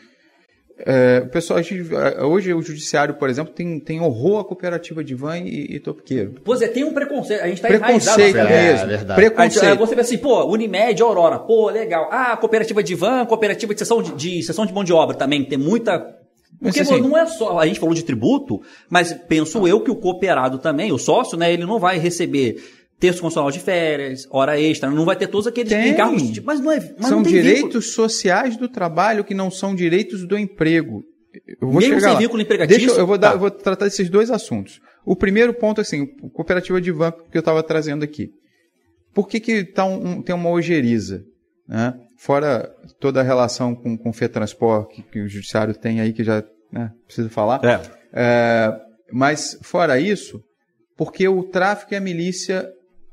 É, o pessoal, hoje o judiciário, por exemplo, tem, tem horror à cooperativa de van e, e topiqueiro. Pois é, tem um preconceito. A gente está preconceito enraizado. mesmo. É, verdade. Preconceito. Aí, você vê assim, pô, Unimed, Aurora, pô, legal. Ah, cooperativa de van, cooperativa de sessão de, de, sessão de mão de obra também, tem muita... Porque assim, não é só... A gente falou de tributo, mas penso eu que o cooperado também, o sócio, né, ele não vai receber... terço constitucional de férias, hora extra, não vai ter todos aqueles tem. encargos. Mas não é. Mas são não tem direitos vínculo. sociais do trabalho que não são direitos do emprego. Eu vou Mesmo chegar sem lá. vínculo empregatício. Deixa eu, eu vou dar, tá. eu vou tratar desses dois assuntos. O primeiro ponto é assim, cooperativa de van que eu estava trazendo aqui. Por que que tá um, um, tem uma ojeriza, né? Fora toda a relação com com o FETransport que, que o judiciário tem aí que já, né, precisa falar. É. É, mas fora isso, porque o tráfico e a milícia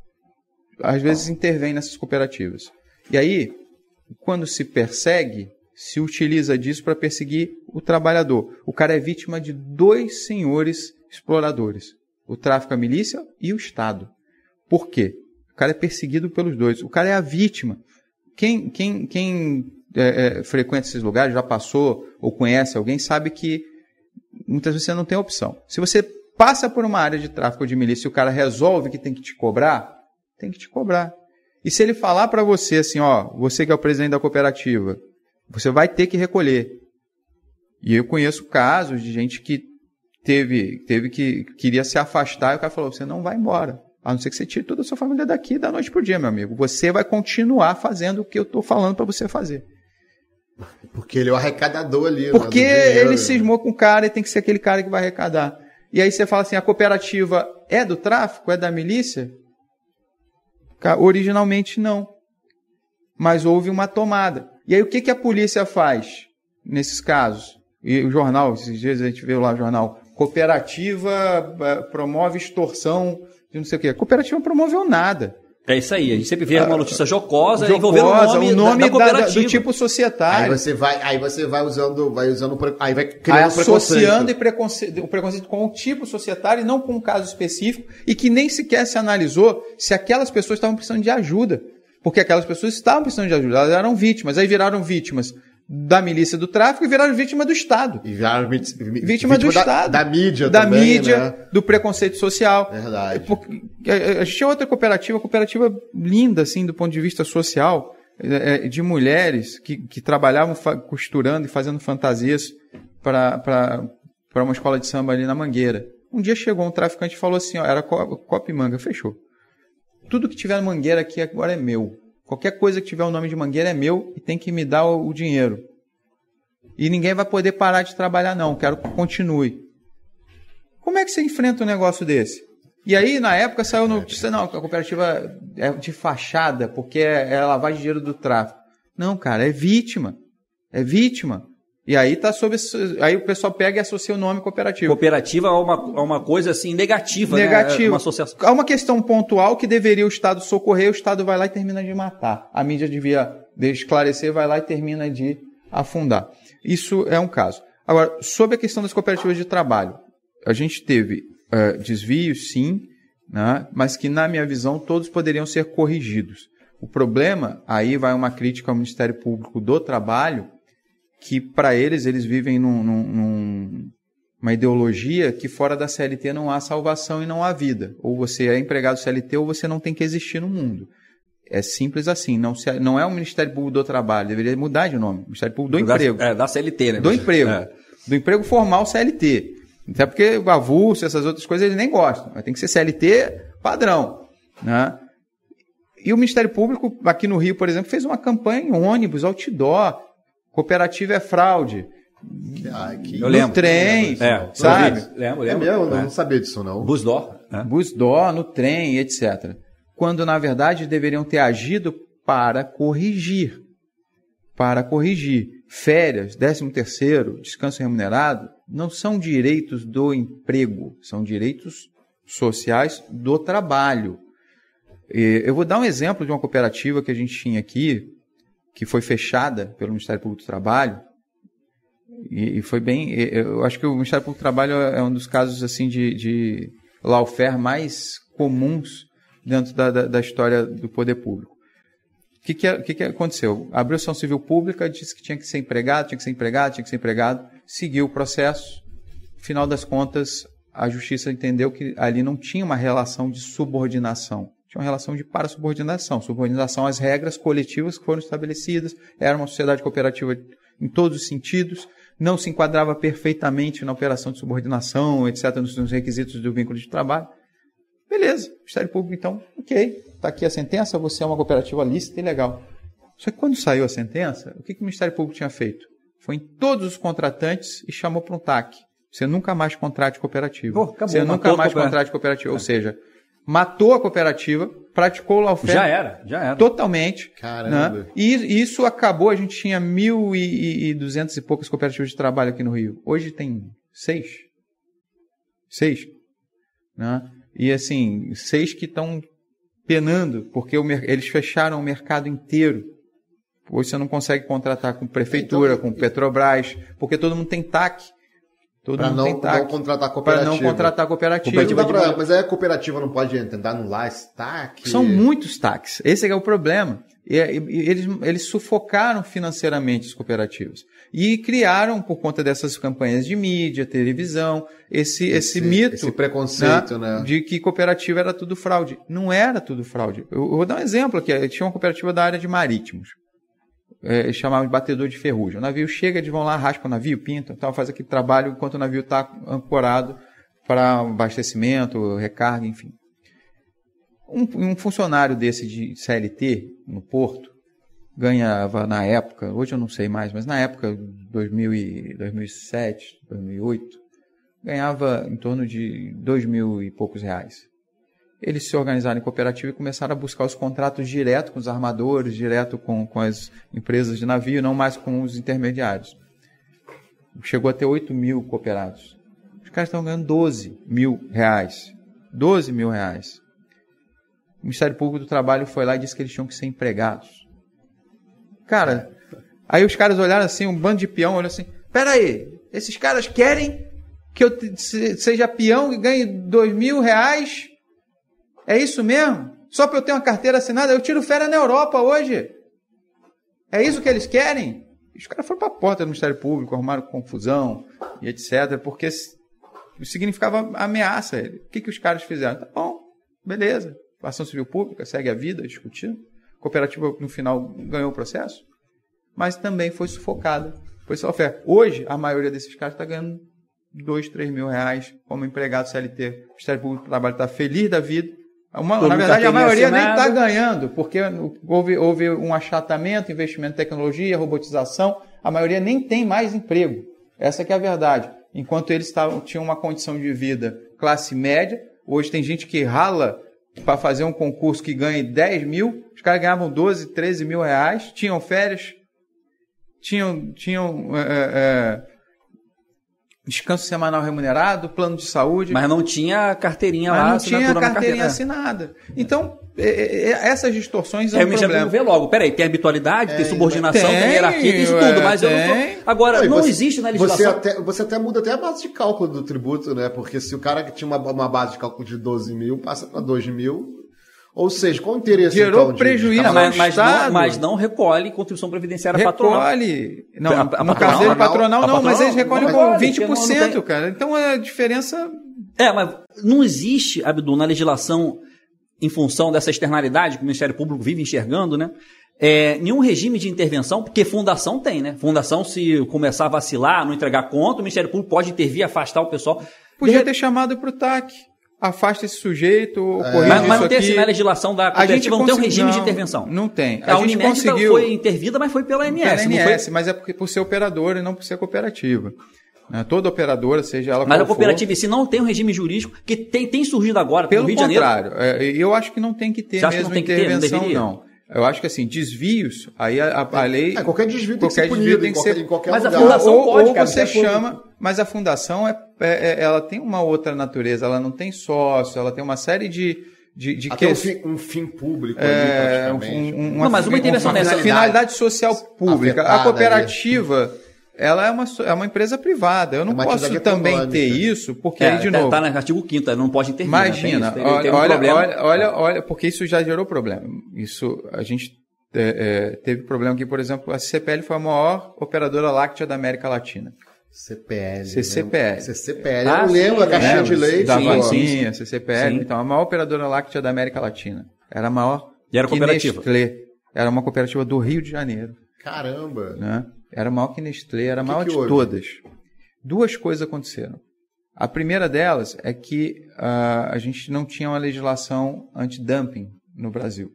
às vezes intervêm nessas cooperativas. E aí, quando se persegue, se utiliza disso para perseguir o trabalhador. O cara é vítima de dois senhores exploradores. O tráfico, a milícia e o Estado. Por quê? O cara é perseguido pelos dois. O cara é a vítima. Quem, quem, quem é, é, frequenta esses lugares, já passou ou conhece alguém, sabe que muitas vezes você não tem opção. Se você passa por uma área de tráfico ou de milícia e o cara resolve que tem que te cobrar, tem que te cobrar. E se ele falar para você assim, ó, você que é o presidente da cooperativa, você vai ter que recolher. E eu conheço casos de gente que teve, teve que queria se afastar e o cara falou, você não vai embora. A não ser que você tire toda a sua família daqui da noite pro dia, meu amigo. Você vai continuar fazendo o que eu estou falando para você fazer. Porque ele é o arrecadador ali. Porque né, do dinheiro, ele cismou com o cara e tem que ser aquele cara que vai arrecadar. E aí você fala assim, a cooperativa é do tráfico? É da milícia? Originalmente não. Mas houve uma tomada. E aí o que, que a polícia faz nesses casos? E o jornal, esses dias a gente vê lá o jornal, cooperativa promove extorsão de não sei o quê. A cooperativa não promoveu nada. É isso aí, a gente sempre vê uma notícia jocosa, jocosa envolvendo o nome, o nome da, da da, cooperativa. do tipo societário. Aí você vai, aí você vai usando, vai usando, aí vai criando aí associando preconceito. E preconceito, o preconceito com o tipo societário e não com um caso específico e que nem sequer se analisou se aquelas pessoas estavam precisando de ajuda. Porque aquelas pessoas estavam precisando de ajuda, elas eram vítimas, aí viraram vítimas da milícia do tráfico e viraram vítima do Estado. E viraram vítima, vítima do da, Estado. Da mídia da também, mídia, né? Do preconceito social. Verdade. A gente tinha outra cooperativa, uma cooperativa linda, assim, do ponto de vista social, de mulheres que, que trabalhavam costurando e fazendo fantasias para uma escola de samba ali na Mangueira. Um dia chegou um traficante e falou assim, ó, era Copa e Manga, fechou. Tudo que tiver Mangueira aqui agora é meu. Qualquer coisa que tiver o nome de Mangueira é meu e tem que me dar o, o dinheiro. E ninguém vai poder parar de trabalhar, não. Quero que continue. Como é que você enfrenta um negócio desse? E aí, na época, saiu notícia, não, a cooperativa é de fachada, porque é, é lavagem de dinheiro do tráfico. Não, cara, é vítima. É vítima. E aí tá sob, aí o pessoal pega e associa o nome cooperativa. Cooperativa é uma, é uma coisa assim negativa, Negativa. né? Uma associação. Há uma questão pontual que deveria o Estado socorrer, o Estado vai lá e termina de matar. A mídia devia esclarecer, vai lá e termina de afundar. Isso é um caso. Agora, sobre a questão das cooperativas de trabalho, a gente teve uh, desvios, sim, né, mas que, na minha visão, todos poderiam ser corrigidos. O problema, aí vai uma crítica ao Ministério Público do Trabalho, que para eles, eles vivem num, num, numa ideologia que fora da C L T não há salvação e não há vida. Ou você é empregado C L T ou você não tem que existir no mundo. É simples assim. Não, se, não é o Ministério Público do Trabalho, deveria mudar de nome. Ministério Público do da, Emprego. É, da C L T, né? Do emprego. É. Do emprego formal C L T. Até porque o avulso, essas outras coisas, eles nem gostam. Mas tem que ser C L T padrão. Né? E o Ministério Público, aqui no Rio, por exemplo, fez uma campanha em ônibus, outdoor. Cooperativa é fraude. Ah, que... Eu lembro. No trem, é, sabe? Lembro, lembro. É mesmo? Eu é. não sabia disso, não. Busdor. Né? Busdor, no trem, etcétera. Quando, na verdade, deveriam ter agido para corrigir. Para corrigir. Férias, décimo terceiro, descanso remunerado, não são direitos do emprego, são direitos sociais do trabalho. E eu vou dar um exemplo de uma cooperativa que a gente tinha aqui, que foi fechada pelo Ministério Público do Trabalho, e, e foi bem... Eu acho que o Ministério Público do Trabalho é um dos casos assim, de, de lawfare mais comuns dentro da, da, da história do poder público. O que, que, que, que aconteceu? Abriu ação civil pública, disse que tinha que ser empregado, tinha que ser empregado, tinha que ser empregado, seguiu o processo, no final das contas, a Justiça entendeu que ali não tinha uma relação de subordinação, tinha uma relação de parasubordinação, subordinação às regras coletivas que foram estabelecidas, era uma sociedade cooperativa em todos os sentidos, não se enquadrava perfeitamente na operação de subordinação, etcétera, nos requisitos do vínculo de trabalho. Beleza, Ministério Público, então, ok, está aqui a sentença, você é uma cooperativa lícita e legal. Só que quando saiu a sentença, o que, que o Ministério Público tinha feito? Foi em todos os contratantes e chamou para um T A C. Você nunca mais contrate cooperativa. Pô, acabou, você nunca mais contrate cooperativa. É. Ou seja, matou a cooperativa, praticou o lawfare. Já era, já era. Totalmente. Caramba. Né? E isso acabou, a gente tinha mil e duzentas e poucas cooperativas de trabalho aqui no Rio. Hoje tem seis. Seis. Né? E assim, seis que estão penando, porque o, eles fecharam o mercado inteiro. Hoje você não consegue contratar com prefeitura, então, com Petrobras, porque todo mundo tem T A C. Todo Para mundo não, tem T A C. não contratar cooperativa. Para não contratar cooperativa. cooperativa pra, mas aí a cooperativa não pode tentar anular esse T A C? São muitos T A Cs. Esse é o problema. E, e, eles, eles sufocaram financeiramente as cooperativas. E criaram, por conta dessas campanhas de mídia, televisão, esse, esse, esse mito. Esse preconceito, né, né? De que cooperativa era tudo fraude. Não era tudo fraude. Eu, eu vou dar um exemplo aqui. Tinha uma cooperativa da área de marítimos. É, chamavam de batedor de ferrugem. O navio chega, eles vão lá, raspam o navio, pintam, tal, faz aquele trabalho enquanto o navio está ancorado para abastecimento, recarga, enfim. Um, um funcionário desse de C L T no Porto ganhava na época, hoje eu não sei mais, mas na época, dois mil e, dois mil e sete, dois mil e oito, ganhava em torno de dois mil e poucos reais. Eles se organizaram em cooperativa e começaram a buscar os contratos direto com os armadores, direto com, com as empresas de navio, não mais com os intermediários. Chegou a ter oito mil cooperados. Os caras estão ganhando doze mil reais. doze mil reais. O Ministério Público do Trabalho foi lá e disse que eles tinham que ser empregados. Cara, aí os caras olharam assim, um bando de peão, olhou assim, peraí, esses caras querem que eu seja peão e ganhe dois mil reais? É isso mesmo? Só para eu ter uma carteira assinada? Eu tiro férias na Europa hoje. É isso que eles querem? Os caras foram para a porta do Ministério Público, arrumaram confusão e etcétera, porque significava ameaça. O que, que os caras fizeram? Tá bom, beleza. Ação civil pública, segue a vida, discutindo. A cooperativa, no final, ganhou o processo, mas também foi sufocada. Foi só fé. Hoje, a maioria desses caras está ganhando dois, três mil reais como empregado C L T. O Ministério Público do Trabalho está feliz da vida. Uma, na verdade, a maioria assinado. Nem está ganhando, porque houve, houve um achatamento, investimento em tecnologia, robotização. A maioria nem tem mais emprego. Essa que é a verdade. enquanto eles tavam, tinham uma condição de vida classe média. Hoje tem gente que rala para fazer um concurso que ganha dez mil, os caras ganhavam doze, treze mil reais, tinham férias, tinham, tinham é, é, descanso semanal remunerado, plano de saúde. Mas não tinha carteirinha mas lá, não tinha carteirinha carteira. assinada. Então, é, é, essas distorções são É, um o Ministério problema. Público vê logo, peraí, tem habitualidade, É, tem subordinação, tem, tem, hierarquia, tem isso é, tudo, mas eu não tem. tô... Agora, Não, não você- existe na Você legislação... até, você até muda até a base de cálculo do tributo, né? Porque se o cara que tinha uma, uma base de cálculo de doze mil passa para dois mil, ou seja, qual o interesse Gerou então, de- prejuízo. de- Não, mas, mas, não, Estado. mas não recolhe contribuição previdenciária patronal. Recolhe. Não, A- a no patronal, caso dele, não, patronal a não, mas patronal eles recolhem não com recolhe, vinte por cento, porque não- não tem- cara. Então a diferença... É, mas não existe, Abdu, na legislação, em função dessa externalidade que o Ministério Público vive enxergando, né? É, nenhum regime de intervenção, porque fundação tem, né? Fundação, se começar a vacilar, não entregar conta, o Ministério Público pode intervir, afastar o pessoal. Podia De- ter chamado para o T A C. Afasta esse sujeito, corrige Mas, isso mas não tem aqui. assim na legislação da A gente cooperativa, não tem um consegui- regime de não, intervenção. Não tem. A, A, gente Unimed conseguiu... foi intervida, mas foi pela A N S. Pela não A N S, foi... mas é porque, por ser operadora e não por ser cooperativa. Né? Toda operadora, seja ela Mas qual a cooperativa for, em si não tem um regime jurídico que tem, tem surgido agora pelo no Rio de Janeiro. contrário, é, eu acho que não tem que ter Você acha que mesmo não tem que ter? Não intervenção, deveria? não. Eu acho que assim, desvios, aí a, a- a lei... É, qualquer desvio tem que qualquer ser desvio punido tem em que qualquer, ser- em qualquer Mas a lugar. fundação ou, pode, ou cara, você isso é chama, mas a fundação é, é- é- ela tem uma outra natureza, ela não tem sócio, ela tem uma série de, de, de Até um que- fim, um fim público é, ali, um- praticamente. um- Não, mas uma intervenção uma nessa- finalidade social pública. afetada A cooperativa, ela é uma, so- é uma empresa privada. Eu não É uma posso atividade também econômica. ter isso, porque É, aí, de tá, novo... tá no artigo quinto, não pode intervir. né? Imagina, Tem isso, tem- tem um olha, problema. olha, olha, olha, porque isso já gerou problema. Isso, a gente é, é, teve problema aqui, por exemplo, a C C P L foi a maior operadora láctea da América Latina. C P L. C C P L. né? C C P L. Ah, eu lembro, a sim, caixinha é, de leite. Da sim, pô. vacinha, C C P L. Sim. Então, a maior operadora láctea da América Latina. Era a maior E era que cooperativa. Nestlé. Era uma cooperativa do Rio de Janeiro. Caramba. Né? Era maior que Nestlé, era a Que maior que de houve? todas. Duas coisas aconteceram. A primeira delas é que ah, a gente não tinha uma legislação anti-dumping no Brasil.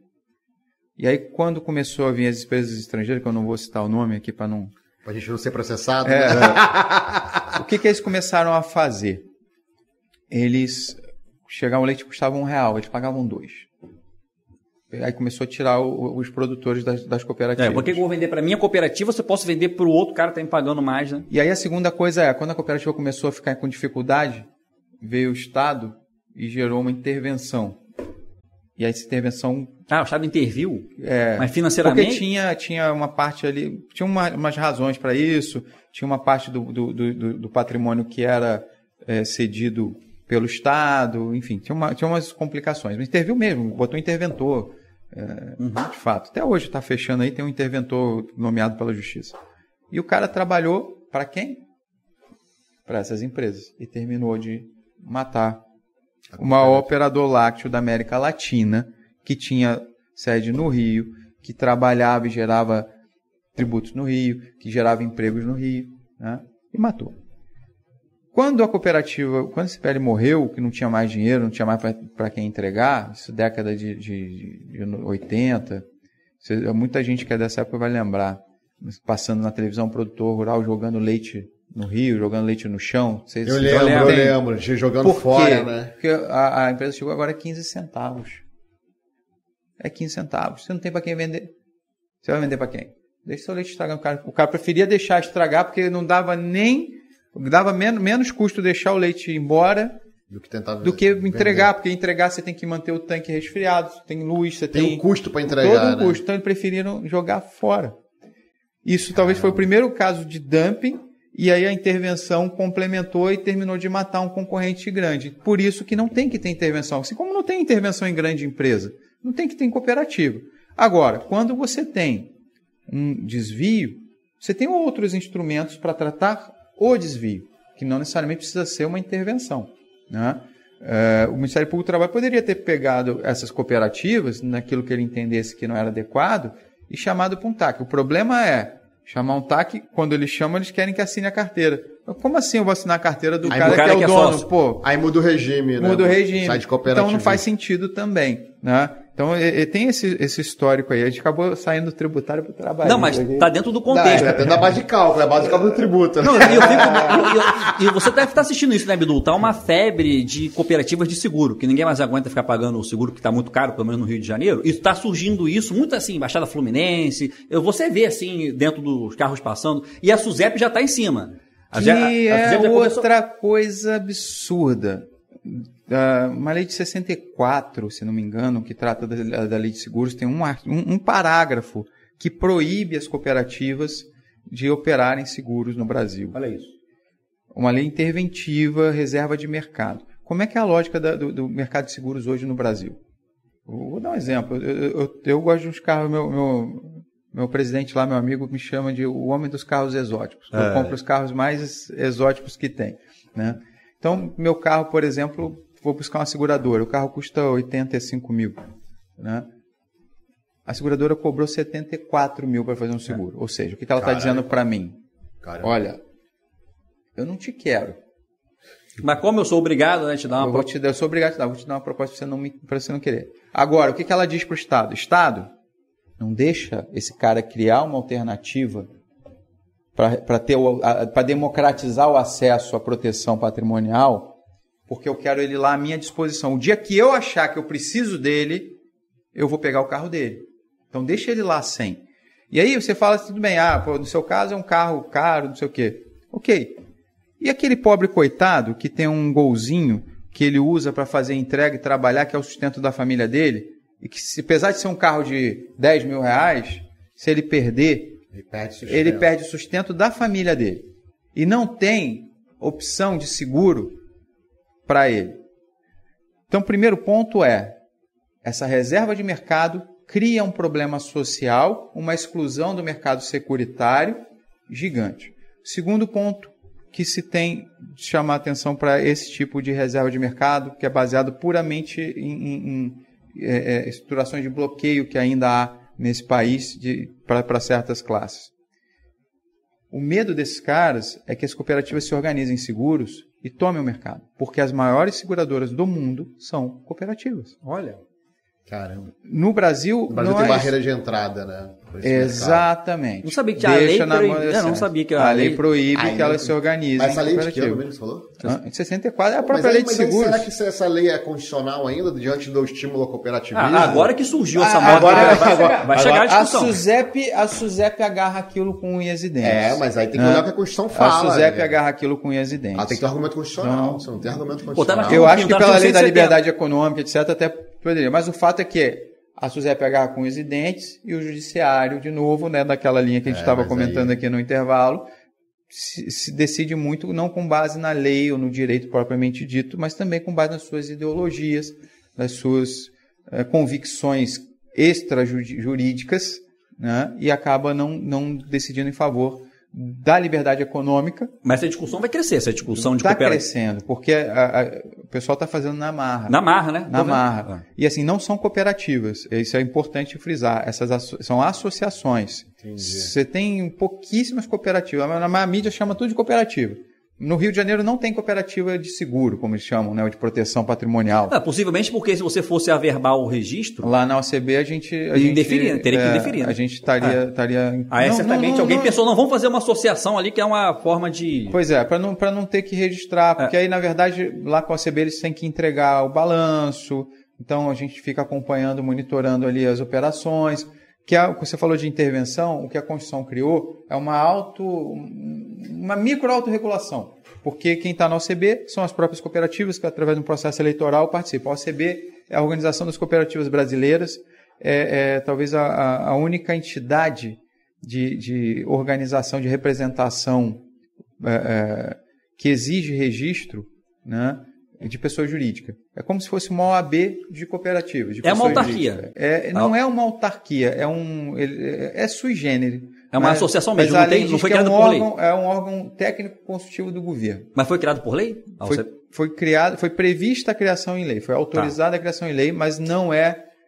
E aí, quando começou a vir as empresas estrangeiras, que eu não vou citar o nome aqui para não... Pra gente não ser processado. É, né? o que, que eles começaram a fazer? Eles chegavam, o leite custava um real, eles pagavam dois. Aí começou a tirar o- os produtores das, das cooperativas. É, porque eu vou vender para minha cooperativa, se eu posso vender para o outro cara que está me pagando mais, né? E aí a segunda coisa é, quando a cooperativa começou a ficar com dificuldade, veio o Estado e gerou uma intervenção. E aí essa intervenção... Ah, o Estado interviu, É, mas financeiramente... Porque tinha, tinha uma parte ali, tinha uma, umas razões para isso, tinha uma parte do, do, do, do patrimônio que era é, cedido pelo Estado, enfim, tinha, uma, tinha umas complicações. Mas interviu mesmo, botou interventor, é, Uhum. de fato. Até hoje está fechando aí, tem um interventor nomeado pela Justiça. E o cara trabalhou para quem? Para essas empresas. E terminou de matar o maior operador lácteo da América Latina, que tinha sede no Rio, que trabalhava e gerava tributos no Rio, que gerava empregos no Rio, né? E matou. Quando a cooperativa, quando a C P L morreu, que não tinha mais dinheiro, não tinha mais para quem entregar, isso década de, de, de oitenta, você- muita gente que é dessa época vai lembrar, passando na televisão, um produtor rural jogando leite no rio, jogando leite no chão. Vocês- Eu vocês lembro, eu têm- lembro. de Jogando Por quê? fora, né? Porque a, a empresa chegou agora a quinze centavos. É quinze centavos. Você não tem para quem vender. Você vai vender para quem? Deixa seu leite estragar. O cara, o cara preferia deixar estragar porque não dava nem... Dava menos, menos custo deixar o leite ir embora Do que tentar do que vender. entregar. Porque entregar você tem que manter o tanque resfriado, tem luz, você Tem tem... um custo para entregar, todo um né? custo. Então eles preferiram jogar fora. Isso talvez foi o primeiro caso de dumping, e aí a intervenção complementou e terminou de matar um concorrente grande. Por isso que não tem que ter intervenção. Assim como não tem intervenção em grande empresa, não tem que ter em cooperativa. Agora, quando você tem um desvio, você tem outros instrumentos para tratar o desvio, que não necessariamente precisa ser uma intervenção, né? É, o Ministério Público do Trabalho poderia ter pegado essas cooperativas, naquilo que ele entendesse que não era adequado, e chamado para um T A C. O problema é chamar um T A C, quando eles chamam, eles querem que assine a carteira. Como assim eu vou assinar a carteira do Aí cara, o que que é o é dono? sócio. Pô, Aí muda o regime, né? muda o regime. Sai de cooperativismo. Então não faz sentido também, né? Então, e, e tem esse, esse histórico aí. A gente acabou saindo do tributário para o trabalho. Não, mas está dentro do contexto. Não, é dentro da base de cálculo, é a base de cálculo do tributo. Não, e eu fico, e, e você deve estar assistindo isso, né, Bidu? Tá uma febre de cooperativas de seguro, que ninguém mais aguenta ficar pagando o seguro que está muito caro, pelo menos no Rio de Janeiro. E está surgindo isso, muito assim, Baixada Fluminense. Eu, você vê assim, dentro dos carros passando. E a SUSEP já está em cima. A, que a, a é começou... outra coisa absurda. Uh, uma lei de sessenta e quatro, se não me engano, que trata da, da lei de seguros, tem um, um, um parágrafo que proíbe as cooperativas de operarem seguros no Brasil. Olha isso. Uma lei interventiva, reserva de mercado. Como é que é a lógica da, do, do mercado de seguros hoje no Brasil? Vou, vou dar um exemplo. Eu, eu, eu, eu gosto de uns carros, meu, meu, meu presidente lá, meu amigo, me chama de o homem dos carros exóticos. Eu é. compro os carros mais exóticos que tem, né? Então, meu carro, por exemplo, vou buscar uma seguradora. O carro custa oitenta e cinco mil. Né? A seguradora cobrou setenta e quatro mil para fazer um seguro. É. Ou seja, o que ela está dizendo para mim? Caramba. Olha, eu não te quero. Mas como eu sou obrigado, né, te dar uma eu, vou te, eu sou obrigado a te dar, vou te dar uma proposta para você, não me, para você não querer. Agora, o que, que ela diz para o Estado? Estado, não deixa esse cara criar uma alternativa para democratizar o acesso à proteção patrimonial, porque eu quero ele lá à minha disposição. O dia que eu achar que eu preciso dele, eu vou pegar o carro dele. Então, deixa ele lá sem. E aí você fala, tudo bem, ah, pô, no seu caso é um carro caro, não sei o quê. Ok. E aquele pobre coitado que tem um golzinho que ele usa para fazer entrega e trabalhar, que é o sustento da família dele, e que, apesar de ser um carro de dez mil reais, se ele perder, Ele perde, ele perde o sustento da família dele. E não tem opção de seguro para ele. Então, o primeiro ponto é, essa reserva de mercado cria um problema social, uma exclusão do mercado securitário gigante. O segundo ponto que se tem de chamar atenção para esse tipo de reserva de mercado, que é baseado puramente em, em, em é, é, estruturações de bloqueio que ainda há nesse país para certas classes. O medo desses caras é que as cooperativas se organizem em seguros e tomem o mercado, porque as maiores seguradoras do mundo são cooperativas. Olha, caramba. No Brasil, no Brasil nós... tem barreira de entrada, né? Exatamente. Não sabia que a Deixa lei proíbe. Eu não sabia que a, a lei, lei proíbe Ai, que elas se organizem. Mas essa lei de que ano mesmo você falou? Ah, de sessenta e quatro é a Pô, própria aí, lei de mas aí, seguros. será que essa lei é constitucional ainda diante do estímulo ao cooperativismo? Ah, agora que surgiu essa Ah, moda. agora- vai, agora- chegar, vai chegar a discussão. A SUSEP, a SUSEP agarra aquilo com unhas e dentes. É, mas aí tem que olhar o que a Constituição A fala. SUSEP né? agarra aquilo com unhas e dentes. Ah, tem que ter argumento constitucional. Não. Você não tem argumento Pô, tá na- constitucional. Eu acho que Tá no pela lei da cento e setenta. liberdade econômica, etcétera, até poderia. Mas o fato é que a SUSEP agarra com unhas e dentes e o judiciário, de novo, né, daquela linha que a gente É, estava mas comentando aí- aqui no intervalo, se, se decide muito não com base na lei ou no direito propriamente dito, mas também com base nas suas ideologias, nas suas eh, convicções extrajurídicas, né, e acaba não, não decidindo em favor da liberdade econômica. Mas essa discussão vai crescer, essa discussão de Está cooperativa. crescendo, porque a- a- o pessoal está fazendo na marra. Na marra, né? Na Tô vendo. marra. Ah. E assim, não são cooperativas. Isso é importante frisar. Essas asso- são associações. Entendi. Você tem pouquíssimas cooperativas. A, a, a mídia chama tudo de cooperativa. No Rio de Janeiro não tem cooperativa de seguro, como eles chamam, né? Ou de proteção patrimonial. Ah, possivelmente porque se você fosse averbar o registro, Lá na O C B a gente... A E gente definir, teria que é, definir, né? A gente estaria... estaria... aí Não, certamente não, não, alguém não- pensou, não, vamos fazer uma associação ali que é uma forma de... Pois é, para não, para não ter que registrar, porque É. aí, na verdade, lá com a O C B eles têm que entregar o balanço, então a gente fica acompanhando, monitorando ali as operações, que é, você falou de intervenção, o que a Constituição criou é uma auto, uma micro autorregulação, porque quem está na O C B são as próprias cooperativas que, através de um processo eleitoral, participam. A O C B é a Organização das Cooperativas Brasileiras, é, é talvez a, a- a única entidade de, de organização, de representação é, é, que exige registro, né, de pessoa jurídica. É como se fosse uma O A B de cooperativa. De É uma pessoa autarquia. jurídica. É, não é uma autarquia, é, um, ele- é sui generis. É uma Mas- associação mas mesmo, a não, tem, lei não diz foi que é criado um por lei. órgão, é um órgão técnico consultivo do governo. Mas foi criado por lei? Ah, Foi, você- foi criado, foi prevista a criação em lei, foi autorizada a criação em lei, mas não é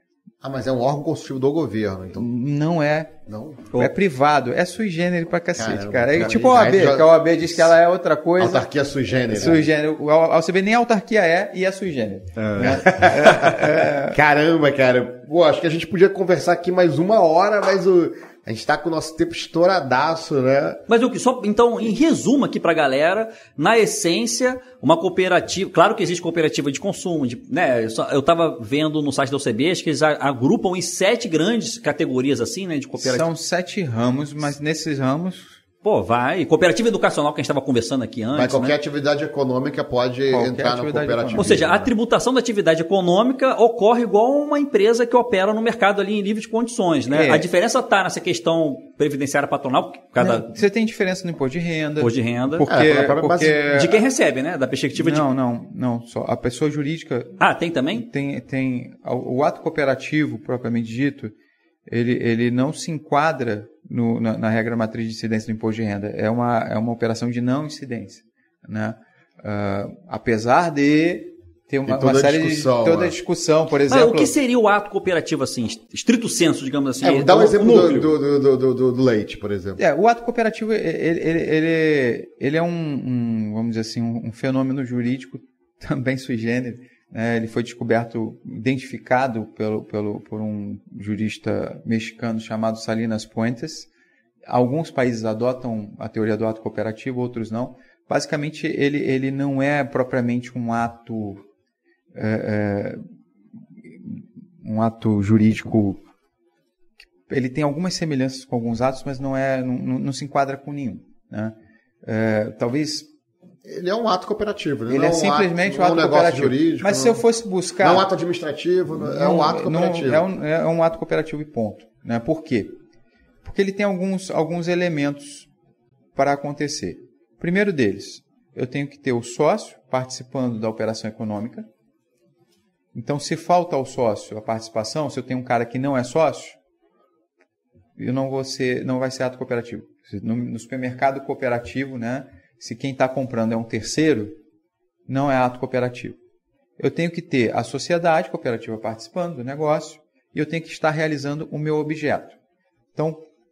Ah, mas é um órgão consultivo do governo, então... Não é. Não? É privado. É sui generis pra cacete, Caramba, cara. É cara, tipo a O A B, já- que a O A B diz que ela é outra coisa. Autarquia sui generis. Sui generis. A O C B nem a autarquia é e é sui generis. Né? Caramba, cara. Pô, acho que a gente podia conversar aqui mais uma hora, mas o... a gente tá com o nosso tempo estouradaço, né? Mas o que só, então, em resumo aqui pra galera, na essência, uma cooperativa, claro que existe cooperativa de consumo, de, né? Eu, só, eu tava vendo no site da O C B, acho que eles a- agrupam em sete grandes categorias assim, né, de cooperativa. São sete ramos, mas nesses ramos Pô, vai. Cooperativa educacional que a gente estava conversando aqui antes, Mas qualquer né? atividade econômica pode Qualquer entrar na atividade cooperativa. econômica. Ou seja, a tributação da atividade econômica ocorre igual uma empresa que opera no mercado ali em livre de condições, né? É. A diferença está nessa questão previdenciária patronal, por cada Não, você tem diferença no imposto de renda. imposto de renda, Porque, É, pela própria porque... de quem recebe, né? Da perspectiva de... Não, não, não. Só a pessoa jurídica Ah, tem também? tem, tem o ato cooperativo, propriamente dito, ele, ele não se enquadra no, na, na regra matriz de incidência do imposto de renda. É uma, é uma operação de não incidência. Né? Uh, apesar de ter uma, E toda uma a série discussão, de... Toda né? a discussão, por Mas exemplo... o que seria o ato cooperativo, assim, estrito senso, digamos assim? É, dá um o- exemplo o do, núcleo. do, do, do, do- do leite, por exemplo. É, o ato cooperativo, ele, ele, ele, ele é um, um, vamos dizer assim, um, um fenômeno jurídico também sui generis. Né? Ele foi descoberto, identificado pelo, pelo, por um jurista mexicano chamado Salinas Puentes. Alguns países adotam a teoria do ato cooperativo, outros não. Basicamente, ele, ele não é propriamente um ato, é, é, um ato jurídico. Ele tem algumas semelhanças com alguns atos, mas não, é, não, não, não se enquadra com nenhum. Né? É, talvez Ele é um ato cooperativo. Ele, ele não é um simplesmente ato, um ato não é um negócio cooperativo. jurídico. Mas não, se eu fosse buscar... Não é um ato administrativo, não- é um ato cooperativo. Não, é, um, é um ato cooperativo e ponto. Né? Por quê? Porque ele tem alguns, alguns elementos para acontecer. O primeiro deles, eu tenho que ter o sócio participando da operação econômica. Então, se falta ao sócio a participação, se eu tenho um cara que não é sócio, eu não vou ser, não vai ser ato cooperativo. No, no supermercado cooperativo, né, se quem está comprando é um terceiro, não é ato cooperativo. Eu tenho que ter a sociedade cooperativa participando do negócio e eu tenho que estar realizando o meu objeto. Então,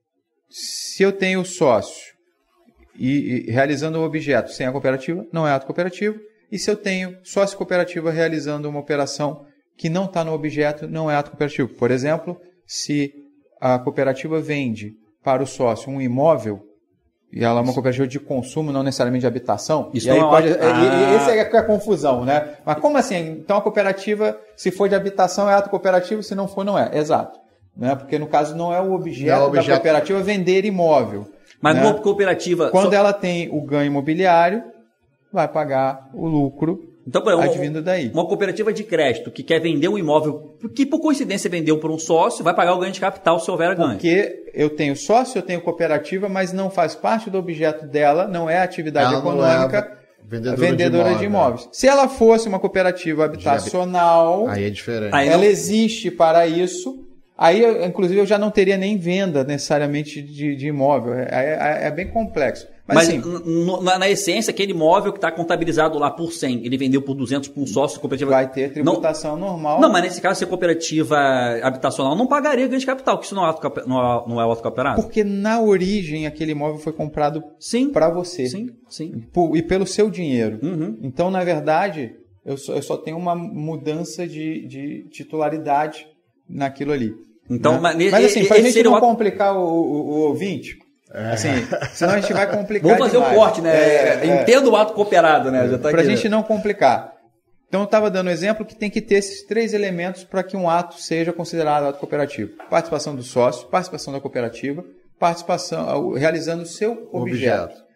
se eu tenho sócio e, e realizando o objeto sem a cooperativa, não é ato cooperativo. E se eu tenho sócio cooperativa realizando uma operação que não está no objeto, não é ato cooperativo. Por exemplo, se a cooperativa vende para o sócio um imóvel, e ela é uma cooperativa de consumo, não necessariamente de habitação, Isso e aí não é pode, ato- e- e- Ah. essa é a confusão, né? Mas como assim? Então a cooperativa, se for de habitação, é ato cooperativo, se não for, não é. Exato. Né? Porque no caso não é o objeto, Não é o objeto. da cooperativa vender imóvel. Mas né? numa cooperativa... Quando só- ela tem o ganho imobiliário, vai pagar o lucro Então, por exemplo, advindo daí. uma cooperativa de crédito que quer vender um imóvel, que por coincidência vendeu por um sócio, vai pagar o ganho de capital se houver ganho. Porque eu tenho sócio, eu tenho cooperativa, mas não faz parte do objeto dela, não é atividade Ela não econômica, é vendedora, vendedora de, de imóvel. imóveis. Se ela fosse uma cooperativa habitacional, Aí é diferente. Aí ela não- existe para isso. Aí, eu, inclusive, eu já não teria nem venda necessariamente de, de imóvel. É, é- é bem complexo. Mas, Mas, assim, n- n- na, na essência, aquele imóvel que está contabilizado lá por cem, ele vendeu por duzentos para um sócio cooperativa. vai ter tributação normal. Não, mas nesse caso, se a cooperativa habitacional não pagaria ganho de capital, que isso não é, auto, não é, não é autocooperado. Porque na origem aquele imóvel foi comprado Sim. para você. Sim, sim. Por- e pelo seu dinheiro. Uhum. Então, na verdade, eu só, eu só tenho uma mudança de, de titularidade naquilo ali. Então, né? mas, Mas assim, para a esse gente seria não o ato- complicar o, o, o ouvinte, assim, senão a gente vai complicar Vamos fazer demais. o corte, né? É, é. Entenda o ato cooperado, né? Já tá Para a aqui, gente né? não complicar. Então, eu estava dando um exemplo que tem que ter esses três elementos para que um ato seja considerado ato cooperativo. Participação do sócio, participação da cooperativa, participação realizando o seu objeto. Objeto.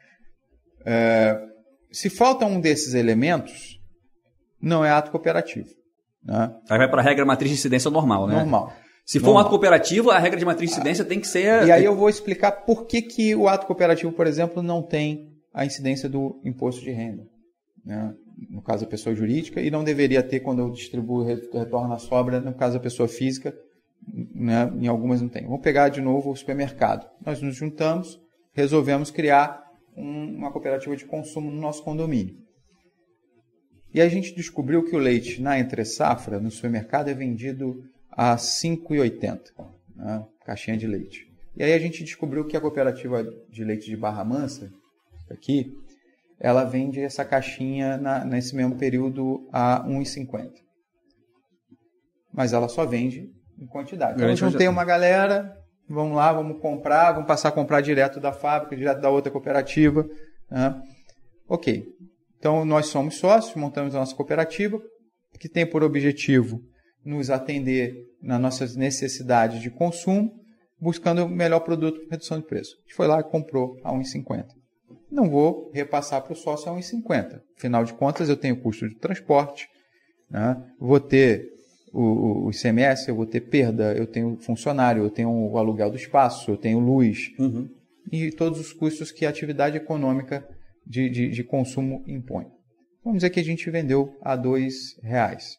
É, se falta um desses elementos, não é ato cooperativo. Né? Aí vai para a regra matriz de incidência normal, né? Normal. Se for Normal. um ato cooperativo, a regra de matriz de incidência tem que ser... E aí eu vou explicar por que, que o ato cooperativo, por exemplo, não tem a incidência do imposto de renda. Né? No caso da pessoa jurídica, e não deveria ter quando eu distribuo o retorno à sobra, no caso da pessoa física, né? Em algumas não tem. Vamos pegar de novo o supermercado. Nós nos juntamos, resolvemos criar um- uma cooperativa de consumo no nosso condomínio. E a gente descobriu que o leite na entre-safra, no supermercado, é vendido a cinco reais e oitenta centavos, né? Caixinha de leite. E aí a gente descobriu que a cooperativa de leite de Barra Mansa, aqui, ela vende essa caixinha na, nesse mesmo período a um real e cinquenta centavos. Mas ela só vende em quantidade. Então, eu juntei uma galera, vamos lá, vamos comprar, vamos passar a comprar direto da fábrica, direto da outra cooperativa. Né? Ok. Então, nós somos sócios, montamos a nossa cooperativa, que tem por objetivo nos atender nas nossas necessidades de consumo, buscando o melhor produto com redução de preço. A gente foi lá e comprou a um real e cinquenta centavos. Não vou repassar para o sócio a um real e cinquenta centavos. Afinal de contas, eu tenho custo de transporte, né? Vou ter o, o I C M S, eu vou ter perda, eu tenho funcionário, eu tenho o aluguel do espaço, eu tenho luz, uhum. e todos os custos que a atividade econômica de, de, de consumo impõe. Vamos dizer que a gente vendeu a dois reais.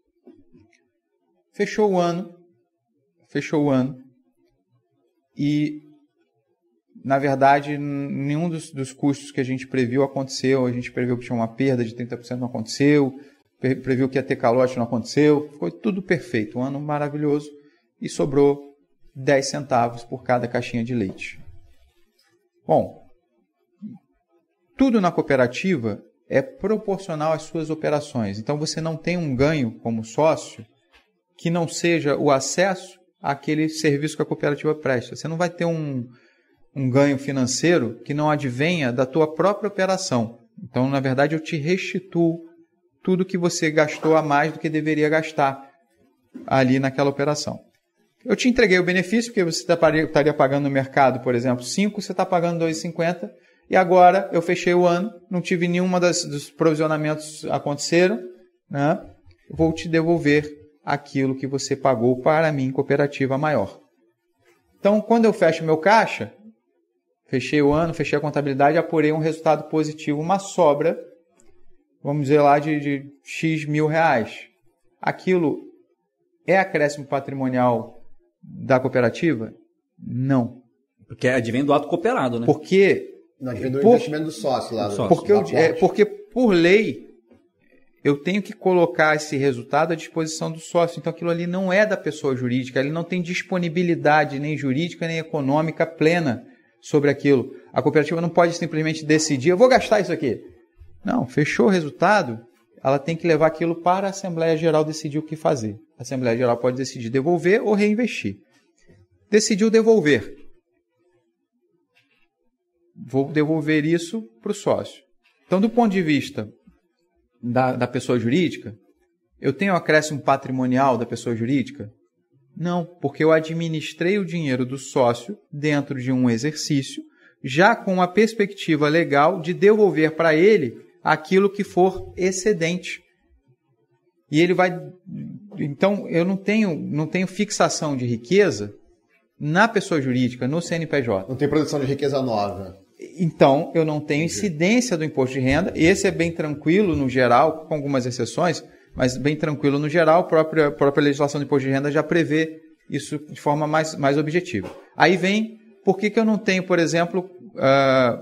Fechou o ano, fechou o ano, e, na verdade, nenhum dos, dos custos que a gente previu aconteceu. A gente previu que tinha uma perda de trinta por cento, não aconteceu. Previu que ia ter calote, não aconteceu. Foi tudo perfeito, um ano maravilhoso. E sobrou dez centavos por cada caixinha de leite. Bom, tudo na cooperativa é proporcional às suas operações. Então, você não tem um ganho como sócio que não seja o acesso àquele serviço que a cooperativa presta. Você não vai ter um, um ganho financeiro que não advenha da tua própria operação. Então, na verdade, eu te restituo tudo que você gastou a mais do que deveria gastar ali naquela operação. Eu te entreguei o benefício, porque você estaria pagando no mercado, por exemplo, cinco, você está pagando dois reais e cinquenta centavos, e agora eu fechei o ano, não tive nenhuma das, dos provisionamentos aconteceram, né? Vou te devolver aquilo que você pagou para mim, cooperativa maior. Então, quando eu fecho meu caixa, fechei o ano, fechei a contabilidade, apurei um resultado positivo, uma sobra, vamos dizer lá, de, de X mil reais. Aquilo é acréscimo patrimonial da cooperativa? Não. Porque advém do ato cooperado, né? Porque... Não, advém do por, investimento do sócio lá. Do sócio. Porque, eu, é, porque, por lei, eu tenho que colocar esse resultado à disposição do sócio. Então, aquilo ali não é da pessoa jurídica. Ele não tem disponibilidade nem jurídica, nem econômica plena sobre aquilo. A cooperativa não pode simplesmente decidir, eu vou gastar isso aqui. Não, fechou o resultado, ela tem que levar aquilo para a Assembleia Geral decidir o que fazer. A Assembleia Geral pode decidir devolver ou reinvestir. Decidiu devolver. Vou devolver isso para o sócio. Então, do ponto de vista da, da pessoa jurídica, eu tenho acréscimo patrimonial da pessoa jurídica? Não, porque eu administrei o dinheiro do sócio dentro de um exercício, já com uma perspectiva legal de devolver para ele aquilo que for excedente. E ele vai... Então, eu não tenho, não tenho fixação de riqueza na pessoa jurídica, no C N P J. Não tem produção de riqueza nova. Então, eu não tenho incidência do imposto de renda. Esse é bem tranquilo no geral, com algumas exceções, mas bem tranquilo no geral. A própria, a própria legislação do imposto de renda já prevê isso de forma mais, mais objetiva. Aí vem, por que, que eu não tenho, por exemplo, uh,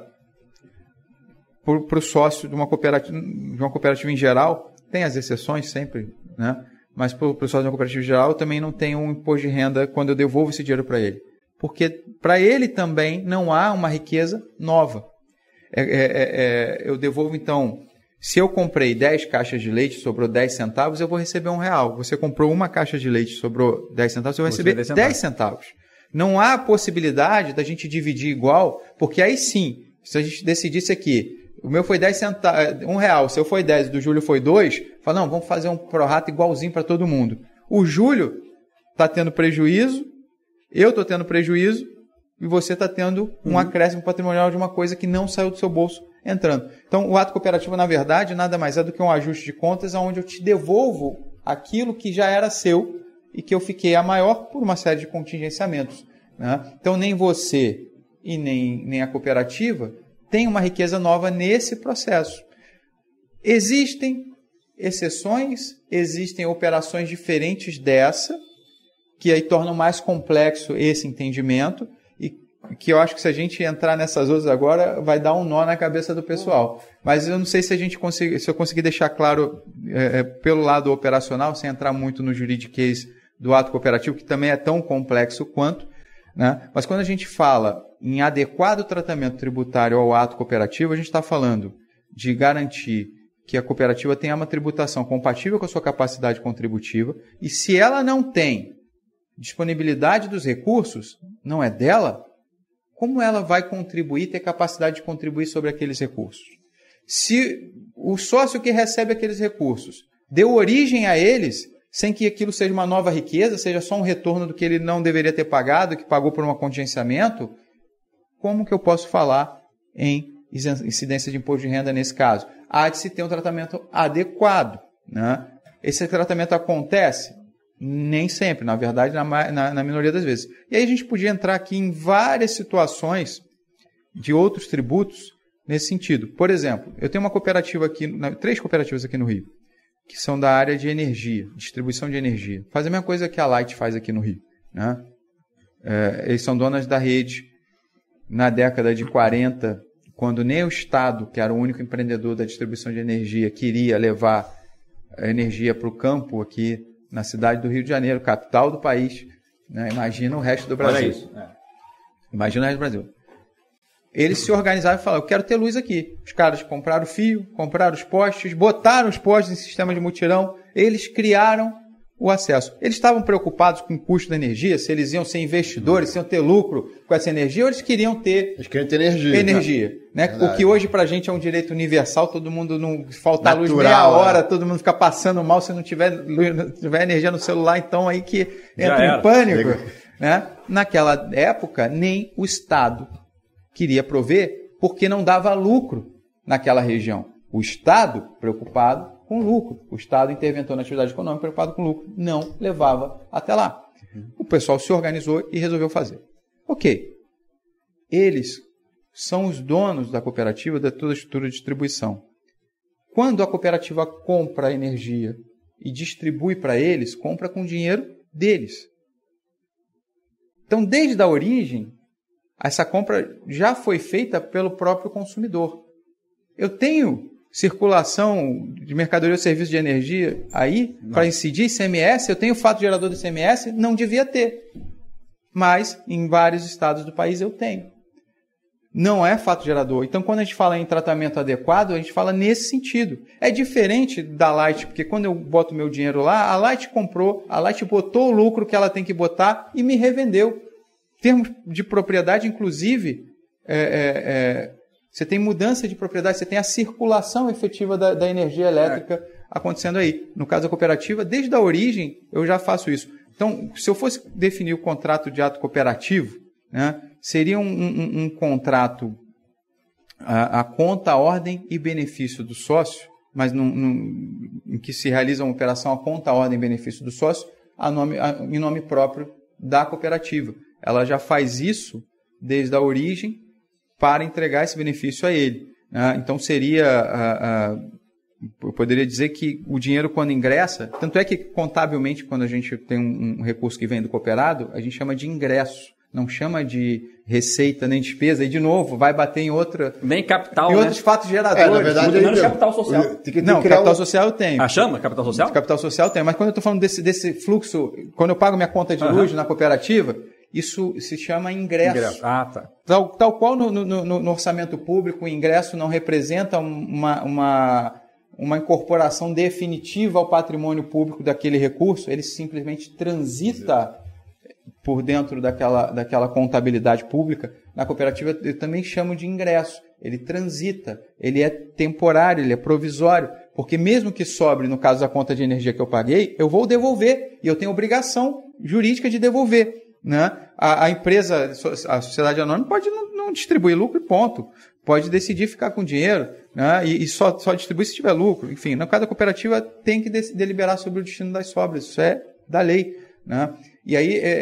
para o sócio de uma, cooperativa, de uma cooperativa em geral, tem as exceções sempre, né? Mas para o sócio de uma cooperativa em geral, eu também não tenho um imposto de renda quando eu devolvo esse dinheiro para ele. Porque para ele também não há uma riqueza nova. É, é, é, eu devolvo, então, se eu comprei dez caixas de leite, sobrou dez centavos, eu vou receber um real. Você comprou uma caixa de leite, sobrou dez centavos, eu vou receber dez centavos. dez centavos. Não há possibilidade da gente dividir igual, porque aí sim, se a gente decidisse aqui, o meu foi dez centavos, um real, o seu foi dez, do Júlio foi dois, fala, não, vamos fazer um prorata igualzinho para todo mundo. O Júlio está tendo prejuízo, eu estou tendo prejuízo e você está tendo um uhum. acréscimo patrimonial de uma coisa que não saiu do seu bolso entrando. Então, o ato cooperativo, na verdade, nada mais é do que um ajuste de contas onde eu te devolvo aquilo que já era seu e que eu fiquei a maior por uma série de contingenciamentos. Né? Então, nem você e nem, nem a cooperativa tem uma riqueza nova nesse processo. Existem exceções, existem operações diferentes dessa, que aí tornam mais complexo esse entendimento e que eu acho que se a gente entrar nessas outras agora vai dar um nó na cabeça do pessoal. Mas eu não sei se a gente conseguir, se eu conseguir deixar claro é, pelo lado operacional, sem entrar muito no juridiquês do ato cooperativo, que também é tão complexo quanto, né? Mas quando a gente fala em adequado tratamento tributário ao ato cooperativo, a gente está falando de garantir que a cooperativa tenha uma tributação compatível com a sua capacidade contributiva, e se ela não tem disponibilidade dos recursos, não é dela, como ela vai contribuir, ter capacidade de contribuir sobre aqueles recursos? Se o sócio que recebe aqueles recursos deu origem a eles, sem que aquilo seja uma nova riqueza, seja só um retorno do que ele não deveria ter pagado, que pagou por um contingenciamento, como que eu posso falar em incidência de imposto de renda nesse caso? Há de se ter um tratamento adequado, né? Esse tratamento acontece? Nem sempre, na verdade, na, na, na minoria das vezes. E aí a gente podia entrar aqui em várias situações de outros tributos nesse sentido. Por exemplo, eu tenho uma cooperativa aqui, três cooperativas aqui no Rio, que são da área de energia, distribuição de energia. Faz a mesma coisa que a Light faz aqui no Rio, né? É, eles são donas da rede na década de quarenta, quando nem o Estado, que era o único empreendedor da distribuição de energia, queria levar a energia para o campo aqui na cidade do Rio de Janeiro, capital do país, né? Imagina o resto do Brasil. Olha isso. É. Imagina o resto do Brasil. Eles se organizaram e falaram, eu quero ter luz aqui. Os caras compraram o fio, compraram os postes, botaram os postes em sistema de mutirão, eles criaram o acesso. Eles estavam preocupados com o custo da energia, se eles iam ser investidores, se iam ter lucro com essa energia, ou eles queriam ter, eles queriam ter energia. energia né? Né? O que hoje pra gente é um direito universal, todo mundo não faltar Natural, luz meia hora, é. todo mundo fica passando mal se não tiver, não tiver energia no celular, então aí que entra Já em pânico. Né? Naquela época, nem o Estado queria prover, porque não dava lucro naquela região. O Estado, preocupado com lucro. O Estado, interventor na atividade econômica, preocupado com lucro, não levava até lá. O pessoal se organizou e resolveu fazer. Ok. Eles são os donos da cooperativa, de toda a estrutura de distribuição. Quando a cooperativa compra energia e distribui para eles, compra com dinheiro deles. Então, desde a origem, essa compra já foi feita pelo próprio consumidor. Eu tenho circulação de mercadoria ou serviço de energia aí para incidir I C M S, eu tenho fato gerador do I C M S, não devia ter. Mas em vários estados do país eu tenho. Não é fato gerador. Então, quando a gente fala em tratamento adequado, a gente fala nesse sentido. É diferente da Light, porque quando eu boto meu dinheiro lá, a Light comprou, a Light botou o lucro que ela tem que botar e me revendeu. Em termos de propriedade, inclusive, é, é, é, você tem mudança de propriedade, você tem a circulação efetiva da, da energia elétrica é. acontecendo aí. No caso da cooperativa, desde a origem, eu já faço isso. Então, se eu fosse definir o contrato de ato cooperativo, né, seria um, um, um contrato a, a conta, ordem e benefício do sócio, mas num, num, em que se realiza uma operação a conta, ordem e benefício do sócio a nome, a, em nome próprio da cooperativa. Ela já faz isso desde a origem para entregar esse benefício a ele. Né? Então, seria... A, a, eu poderia dizer que o dinheiro, quando ingressa... Tanto é que, contabilmente, quando a gente tem um, um recurso que vem do cooperado, a gente chama de ingresso. Não chama de receita nem despesa. E, de novo, vai bater em outra... Nem capital, em né? outros fatos geradores. É, na verdade, Muito menos capital social. Tem que, tem Não, que criar capital um... social eu tenho. Ah, chama? Capital social? Capital social tem. Mas quando eu estou falando desse, desse fluxo... Quando eu pago minha conta de luz uhum. na cooperativa... Isso se chama ingresso. ingresso. Ah, tá. Tal, tal qual no, no, no orçamento público, o ingresso não representa uma, uma, uma incorporação definitiva ao patrimônio público daquele recurso, ele simplesmente transita por dentro daquela, daquela contabilidade pública. Na cooperativa, eu também chamo de ingresso. Ele transita, ele é temporário, ele é provisório, porque mesmo que sobre, no caso da conta de energia que eu paguei, eu vou devolver, e eu tenho obrigação jurídica de devolver. Né? A, a empresa, a sociedade anônima pode não, não distribuir lucro e ponto. Pode decidir ficar com dinheiro, né? e, e só, só distribuir se tiver lucro. Enfim, no caso da cooperativa tem que de, deliberar sobre o destino das sobras. Isso é da lei. Né? E aí é,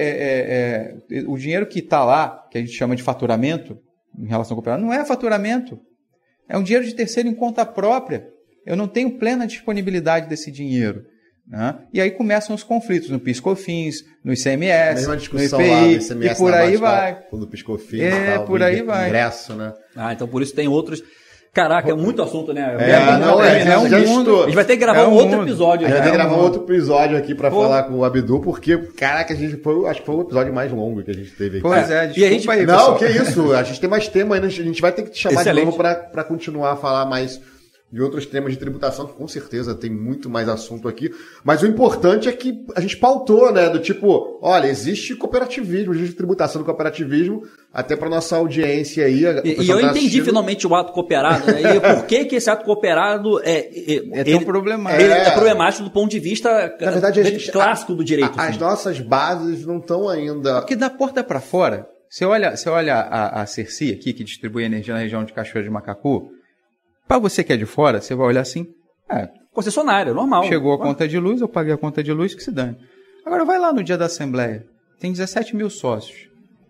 é, é, o dinheiro que está lá, que a gente chama de faturamento, em relação ao cooperado, não é faturamento. É um dinheiro de terceiro em conta própria. Eu não tenho plena disponibilidade desse dinheiro. Né? E aí começam os conflitos no PIS/COFINS, no I C M S, no I P I, lá, no I C M S, e por aí vai. No PIS/COFINS, é, tal, por aí vai. Ingresso, né? Ah, então por isso tem outros... Caraca, é muito assunto, né? É, não, é, é um já mundo. estou. A gente vai ter que gravar É um um outro mundo. episódio. A gente né? vai ter que gravar um- outro episódio aqui pra Pô. falar com o Abdu, porque, caraca, a gente foi, acho que foi o episódio mais longo que a gente teve aqui. Pois é, E a desculpa gente- aí, Não, pessoal. que isso, a gente tem mais tema ainda, a gente vai ter que te chamar Excelente. de novo pra, pra continuar a falar mais de outros temas de tributação, que com certeza tem muito mais assunto aqui. Mas o importante é que a gente pautou, né, do tipo, olha, existe cooperativismo, existe tributação do cooperativismo, até pra nossa audiência aí. o E, e pessoal eu tá entendi assistindo. finalmente o ato cooperado, né? E por que, que esse ato cooperado é, é, É tão problemático. ele é É. problemático do ponto de vista Na verdade, a gente, clássico do direito. a- as assim. nossas bases não estão ainda. Porque da porta para fora, você olha, você olha a, a Cerci aqui, que distribui energia na região de Cachoeira de Macacu, para você que é de fora, você vai olhar assim, é, Concessionária, normal. chegou a conta de luz, eu paguei a conta de luz, que se dane. Agora vai lá no dia da Assembleia, tem dezessete mil sócios.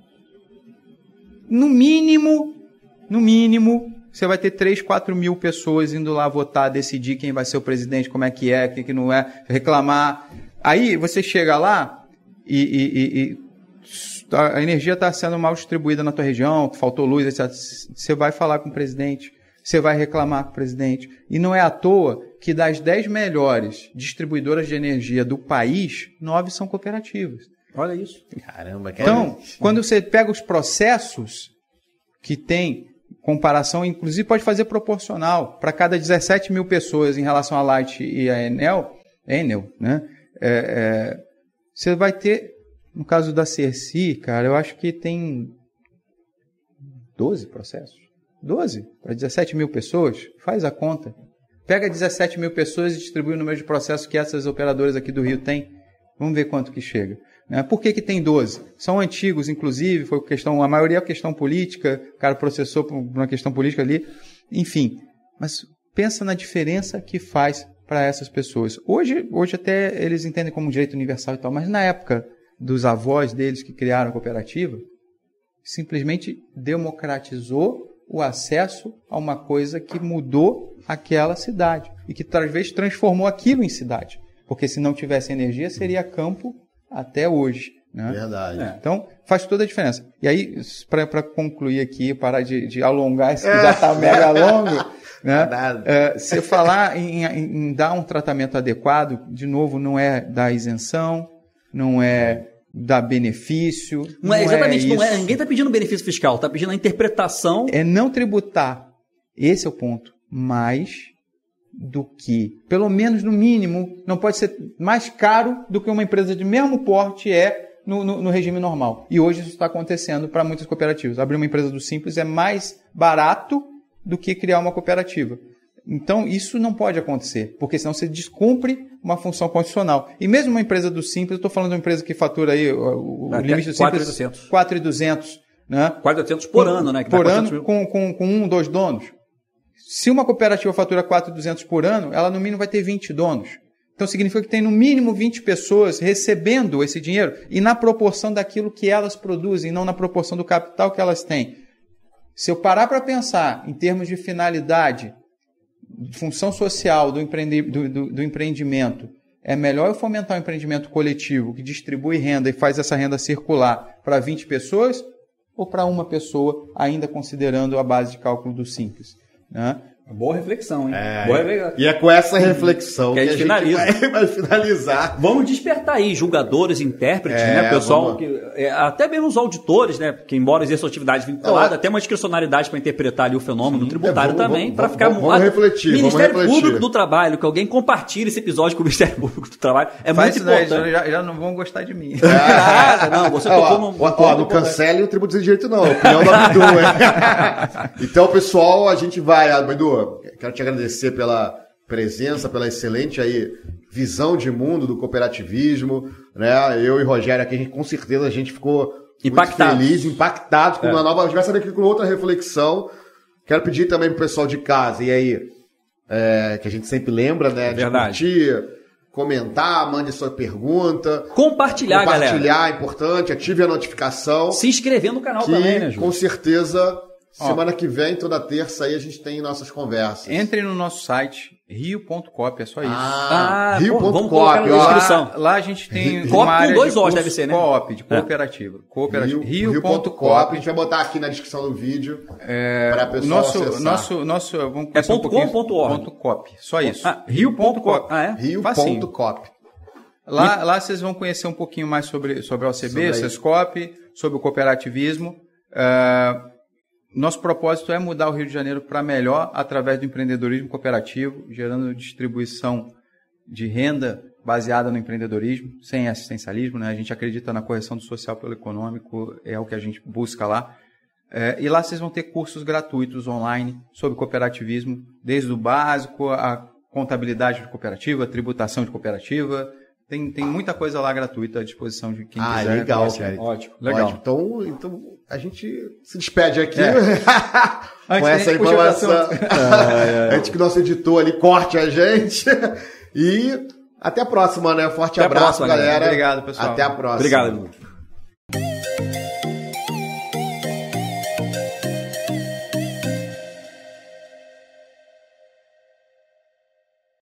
No mínimo, no mínimo, você vai ter três, quatro mil pessoas indo lá votar, decidir quem vai ser o presidente, como é que é, o que, que não é, reclamar. Aí você chega lá e, e- e- e a energia está sendo mal distribuída na tua região, faltou luz, etcétera. Você vai falar com o presidente, você vai reclamar com o presidente. E não é à toa que das dez melhores distribuidoras de energia do país, nove são cooperativas. Olha isso. Caramba, que Então, quando você pega os processos que tem comparação, inclusive pode fazer proporcional para cada dezessete mil pessoas em relação à Light e a Enel, Enel, né? É, é, você vai ter, no caso da Cerci, cara, eu acho que tem doze processos. doze para dezessete mil pessoas, faz a conta. Pega dezessete mil pessoas e distribui o número de processos que essas operadoras aqui do Rio têm. Vamos ver quanto que chega. Né? Por que que tem doze? São antigos, inclusive, foi questão, a maioria é questão política, o cara processou por uma questão política ali, enfim. Mas pensa na diferença que faz para essas pessoas. Hoje, hoje até eles entendem como um direito universal e tal, mas na época dos avós deles que criaram a cooperativa, simplesmente democratizou o acesso a uma coisa que mudou aquela cidade e que talvez transformou aquilo em cidade. Porque se não tivesse energia, seria campo até hoje. Né? Verdade. É. Então, faz toda a diferença. E aí, para concluir aqui, parar de, de alongar isso que já está mega longo, né? É, se falar em, em, em dar um tratamento adequado, de novo, não é dar isenção, não é dar benefício. Não é, exatamente, não é, isso. ninguém está pedindo benefício fiscal, está pedindo a interpretação. É não tributar. Esse é o ponto. Mais do que, pelo menos no mínimo, não pode ser mais caro do que uma empresa de mesmo porte é no, no, no regime normal. E hoje isso está acontecendo para muitas cooperativas. Abrir uma empresa do Simples é mais barato do que criar uma cooperativa. Então, isso não pode acontecer, porque senão você descumpre uma função constitucional. E mesmo uma empresa do Simples, eu estou falando de uma empresa que fatura aí, o, o Até limite do quatro mil e Simples, duzentos. quatro mil e duzentos, né? quatro mil e oitocentos por ano, né? Que dá Por quatrocentos ano, mil. com, com, com um, dois donos. Se uma cooperativa fatura quatro mil e duzentos por ano, ela no mínimo vai ter vinte donos. Então significa que tem no mínimo vinte pessoas recebendo esse dinheiro e na proporção daquilo que elas produzem, não na proporção do capital que elas têm. Se eu parar para pensar em termos de finalidade, função social do, empreende, do, do, do empreendimento, é melhor eu fomentar um empreendimento coletivo que distribui renda e faz essa renda circular para vinte pessoas ou para uma pessoa, ainda considerando a base de cálculo do Simples, né? Boa reflexão, hein? É, Boa reflexão. e é com essa reflexão Que que, a a gente gente finaliza. vai, vai finalizar. Vamos despertar aí julgadores, intérpretes, É, né? Pessoal, vamos- que, é, até mesmo os auditores, né? Que embora exerçam atividade vinculada, Não, é- tem uma discricionalidade para interpretar ali o fenômeno tributário É, vamos- também, vamos- para ficar... vamos- vamos refletir, vamos Ministério refletir. Público do Trabalho, que alguém compartilhe esse episódio com o Ministério Público do Trabalho, é Faz muito isso daí, importante. já, já não vão gostar de mim. Nada, não, você Ó, tocou ó, num- ó, num ó, ponto não importante. cancele o tributo de direito, não. Opinião do Abdu, hein? Então, pessoal, a gente vai. Abdu, quero te agradecer pela presença, pela excelente aí visão de mundo do cooperativismo, né? Eu e Rogério aqui, a gente, com certeza, a gente ficou Impactados. muito feliz, impactado com É. uma nova. A gente vai sair aqui com outra reflexão. Quero pedir também pro pessoal de casa, e aí, é, que a gente sempre lembra, né? De Verdade. curtir, comentar, mande sua pergunta. Compartilhar, galera. Compartilhar é importante, ative a notificação. Se inscrever no canal Que também, né, Ju? com certeza, Ó. semana que vem, toda terça, aí a gente tem nossas conversas. Entre no nosso site, rio ponto cop, é só isso. Ah, Ah, rio pô, ponto vamos colocar cop. na ó. descrição. Lá, lá a gente tem Rio- uma Coop com área dois de Os curso deve ser, né? co-op, de cooperativa. cooperativa. Rio, rio ponto rio.cop. cop. A gente vai botar aqui na descrição do vídeo É, para a o pessoa nosso, acessar. nosso, nosso, vamos É começar um ponto com pouquinho- ou ponto org? ponto cop, só isso. Ah, rio ponto cop. Ah, é? Facinho. rio.cop. Lá, lá vocês vão conhecer um pouquinho mais sobre, sobre a O C B, Sobre a- Sescop, sobre o cooperativismo. Ah, nosso propósito é mudar o Rio de Janeiro para melhor através do empreendedorismo cooperativo, gerando distribuição de renda baseada no empreendedorismo, sem assistencialismo, né? A gente acredita na correção do social pelo econômico, é o que a gente busca lá. É, e lá vocês vão ter cursos gratuitos online sobre cooperativismo, desde o básico, a contabilidade de cooperativa, tributação de cooperativa. Tem, tem muita coisa lá gratuita à disposição de quem Ah, quiser. legal, conhecer. cara. Ótimo, legal. Ótimo. Então, então a gente se despede aqui É. com Antes essa da gente puxar o informação. assunto. Antes que o nosso editor ali corte a gente. E até a próxima, né? Forte Até a abraço, próxima, galera. galera. Obrigado, pessoal. Até a próxima. Obrigado.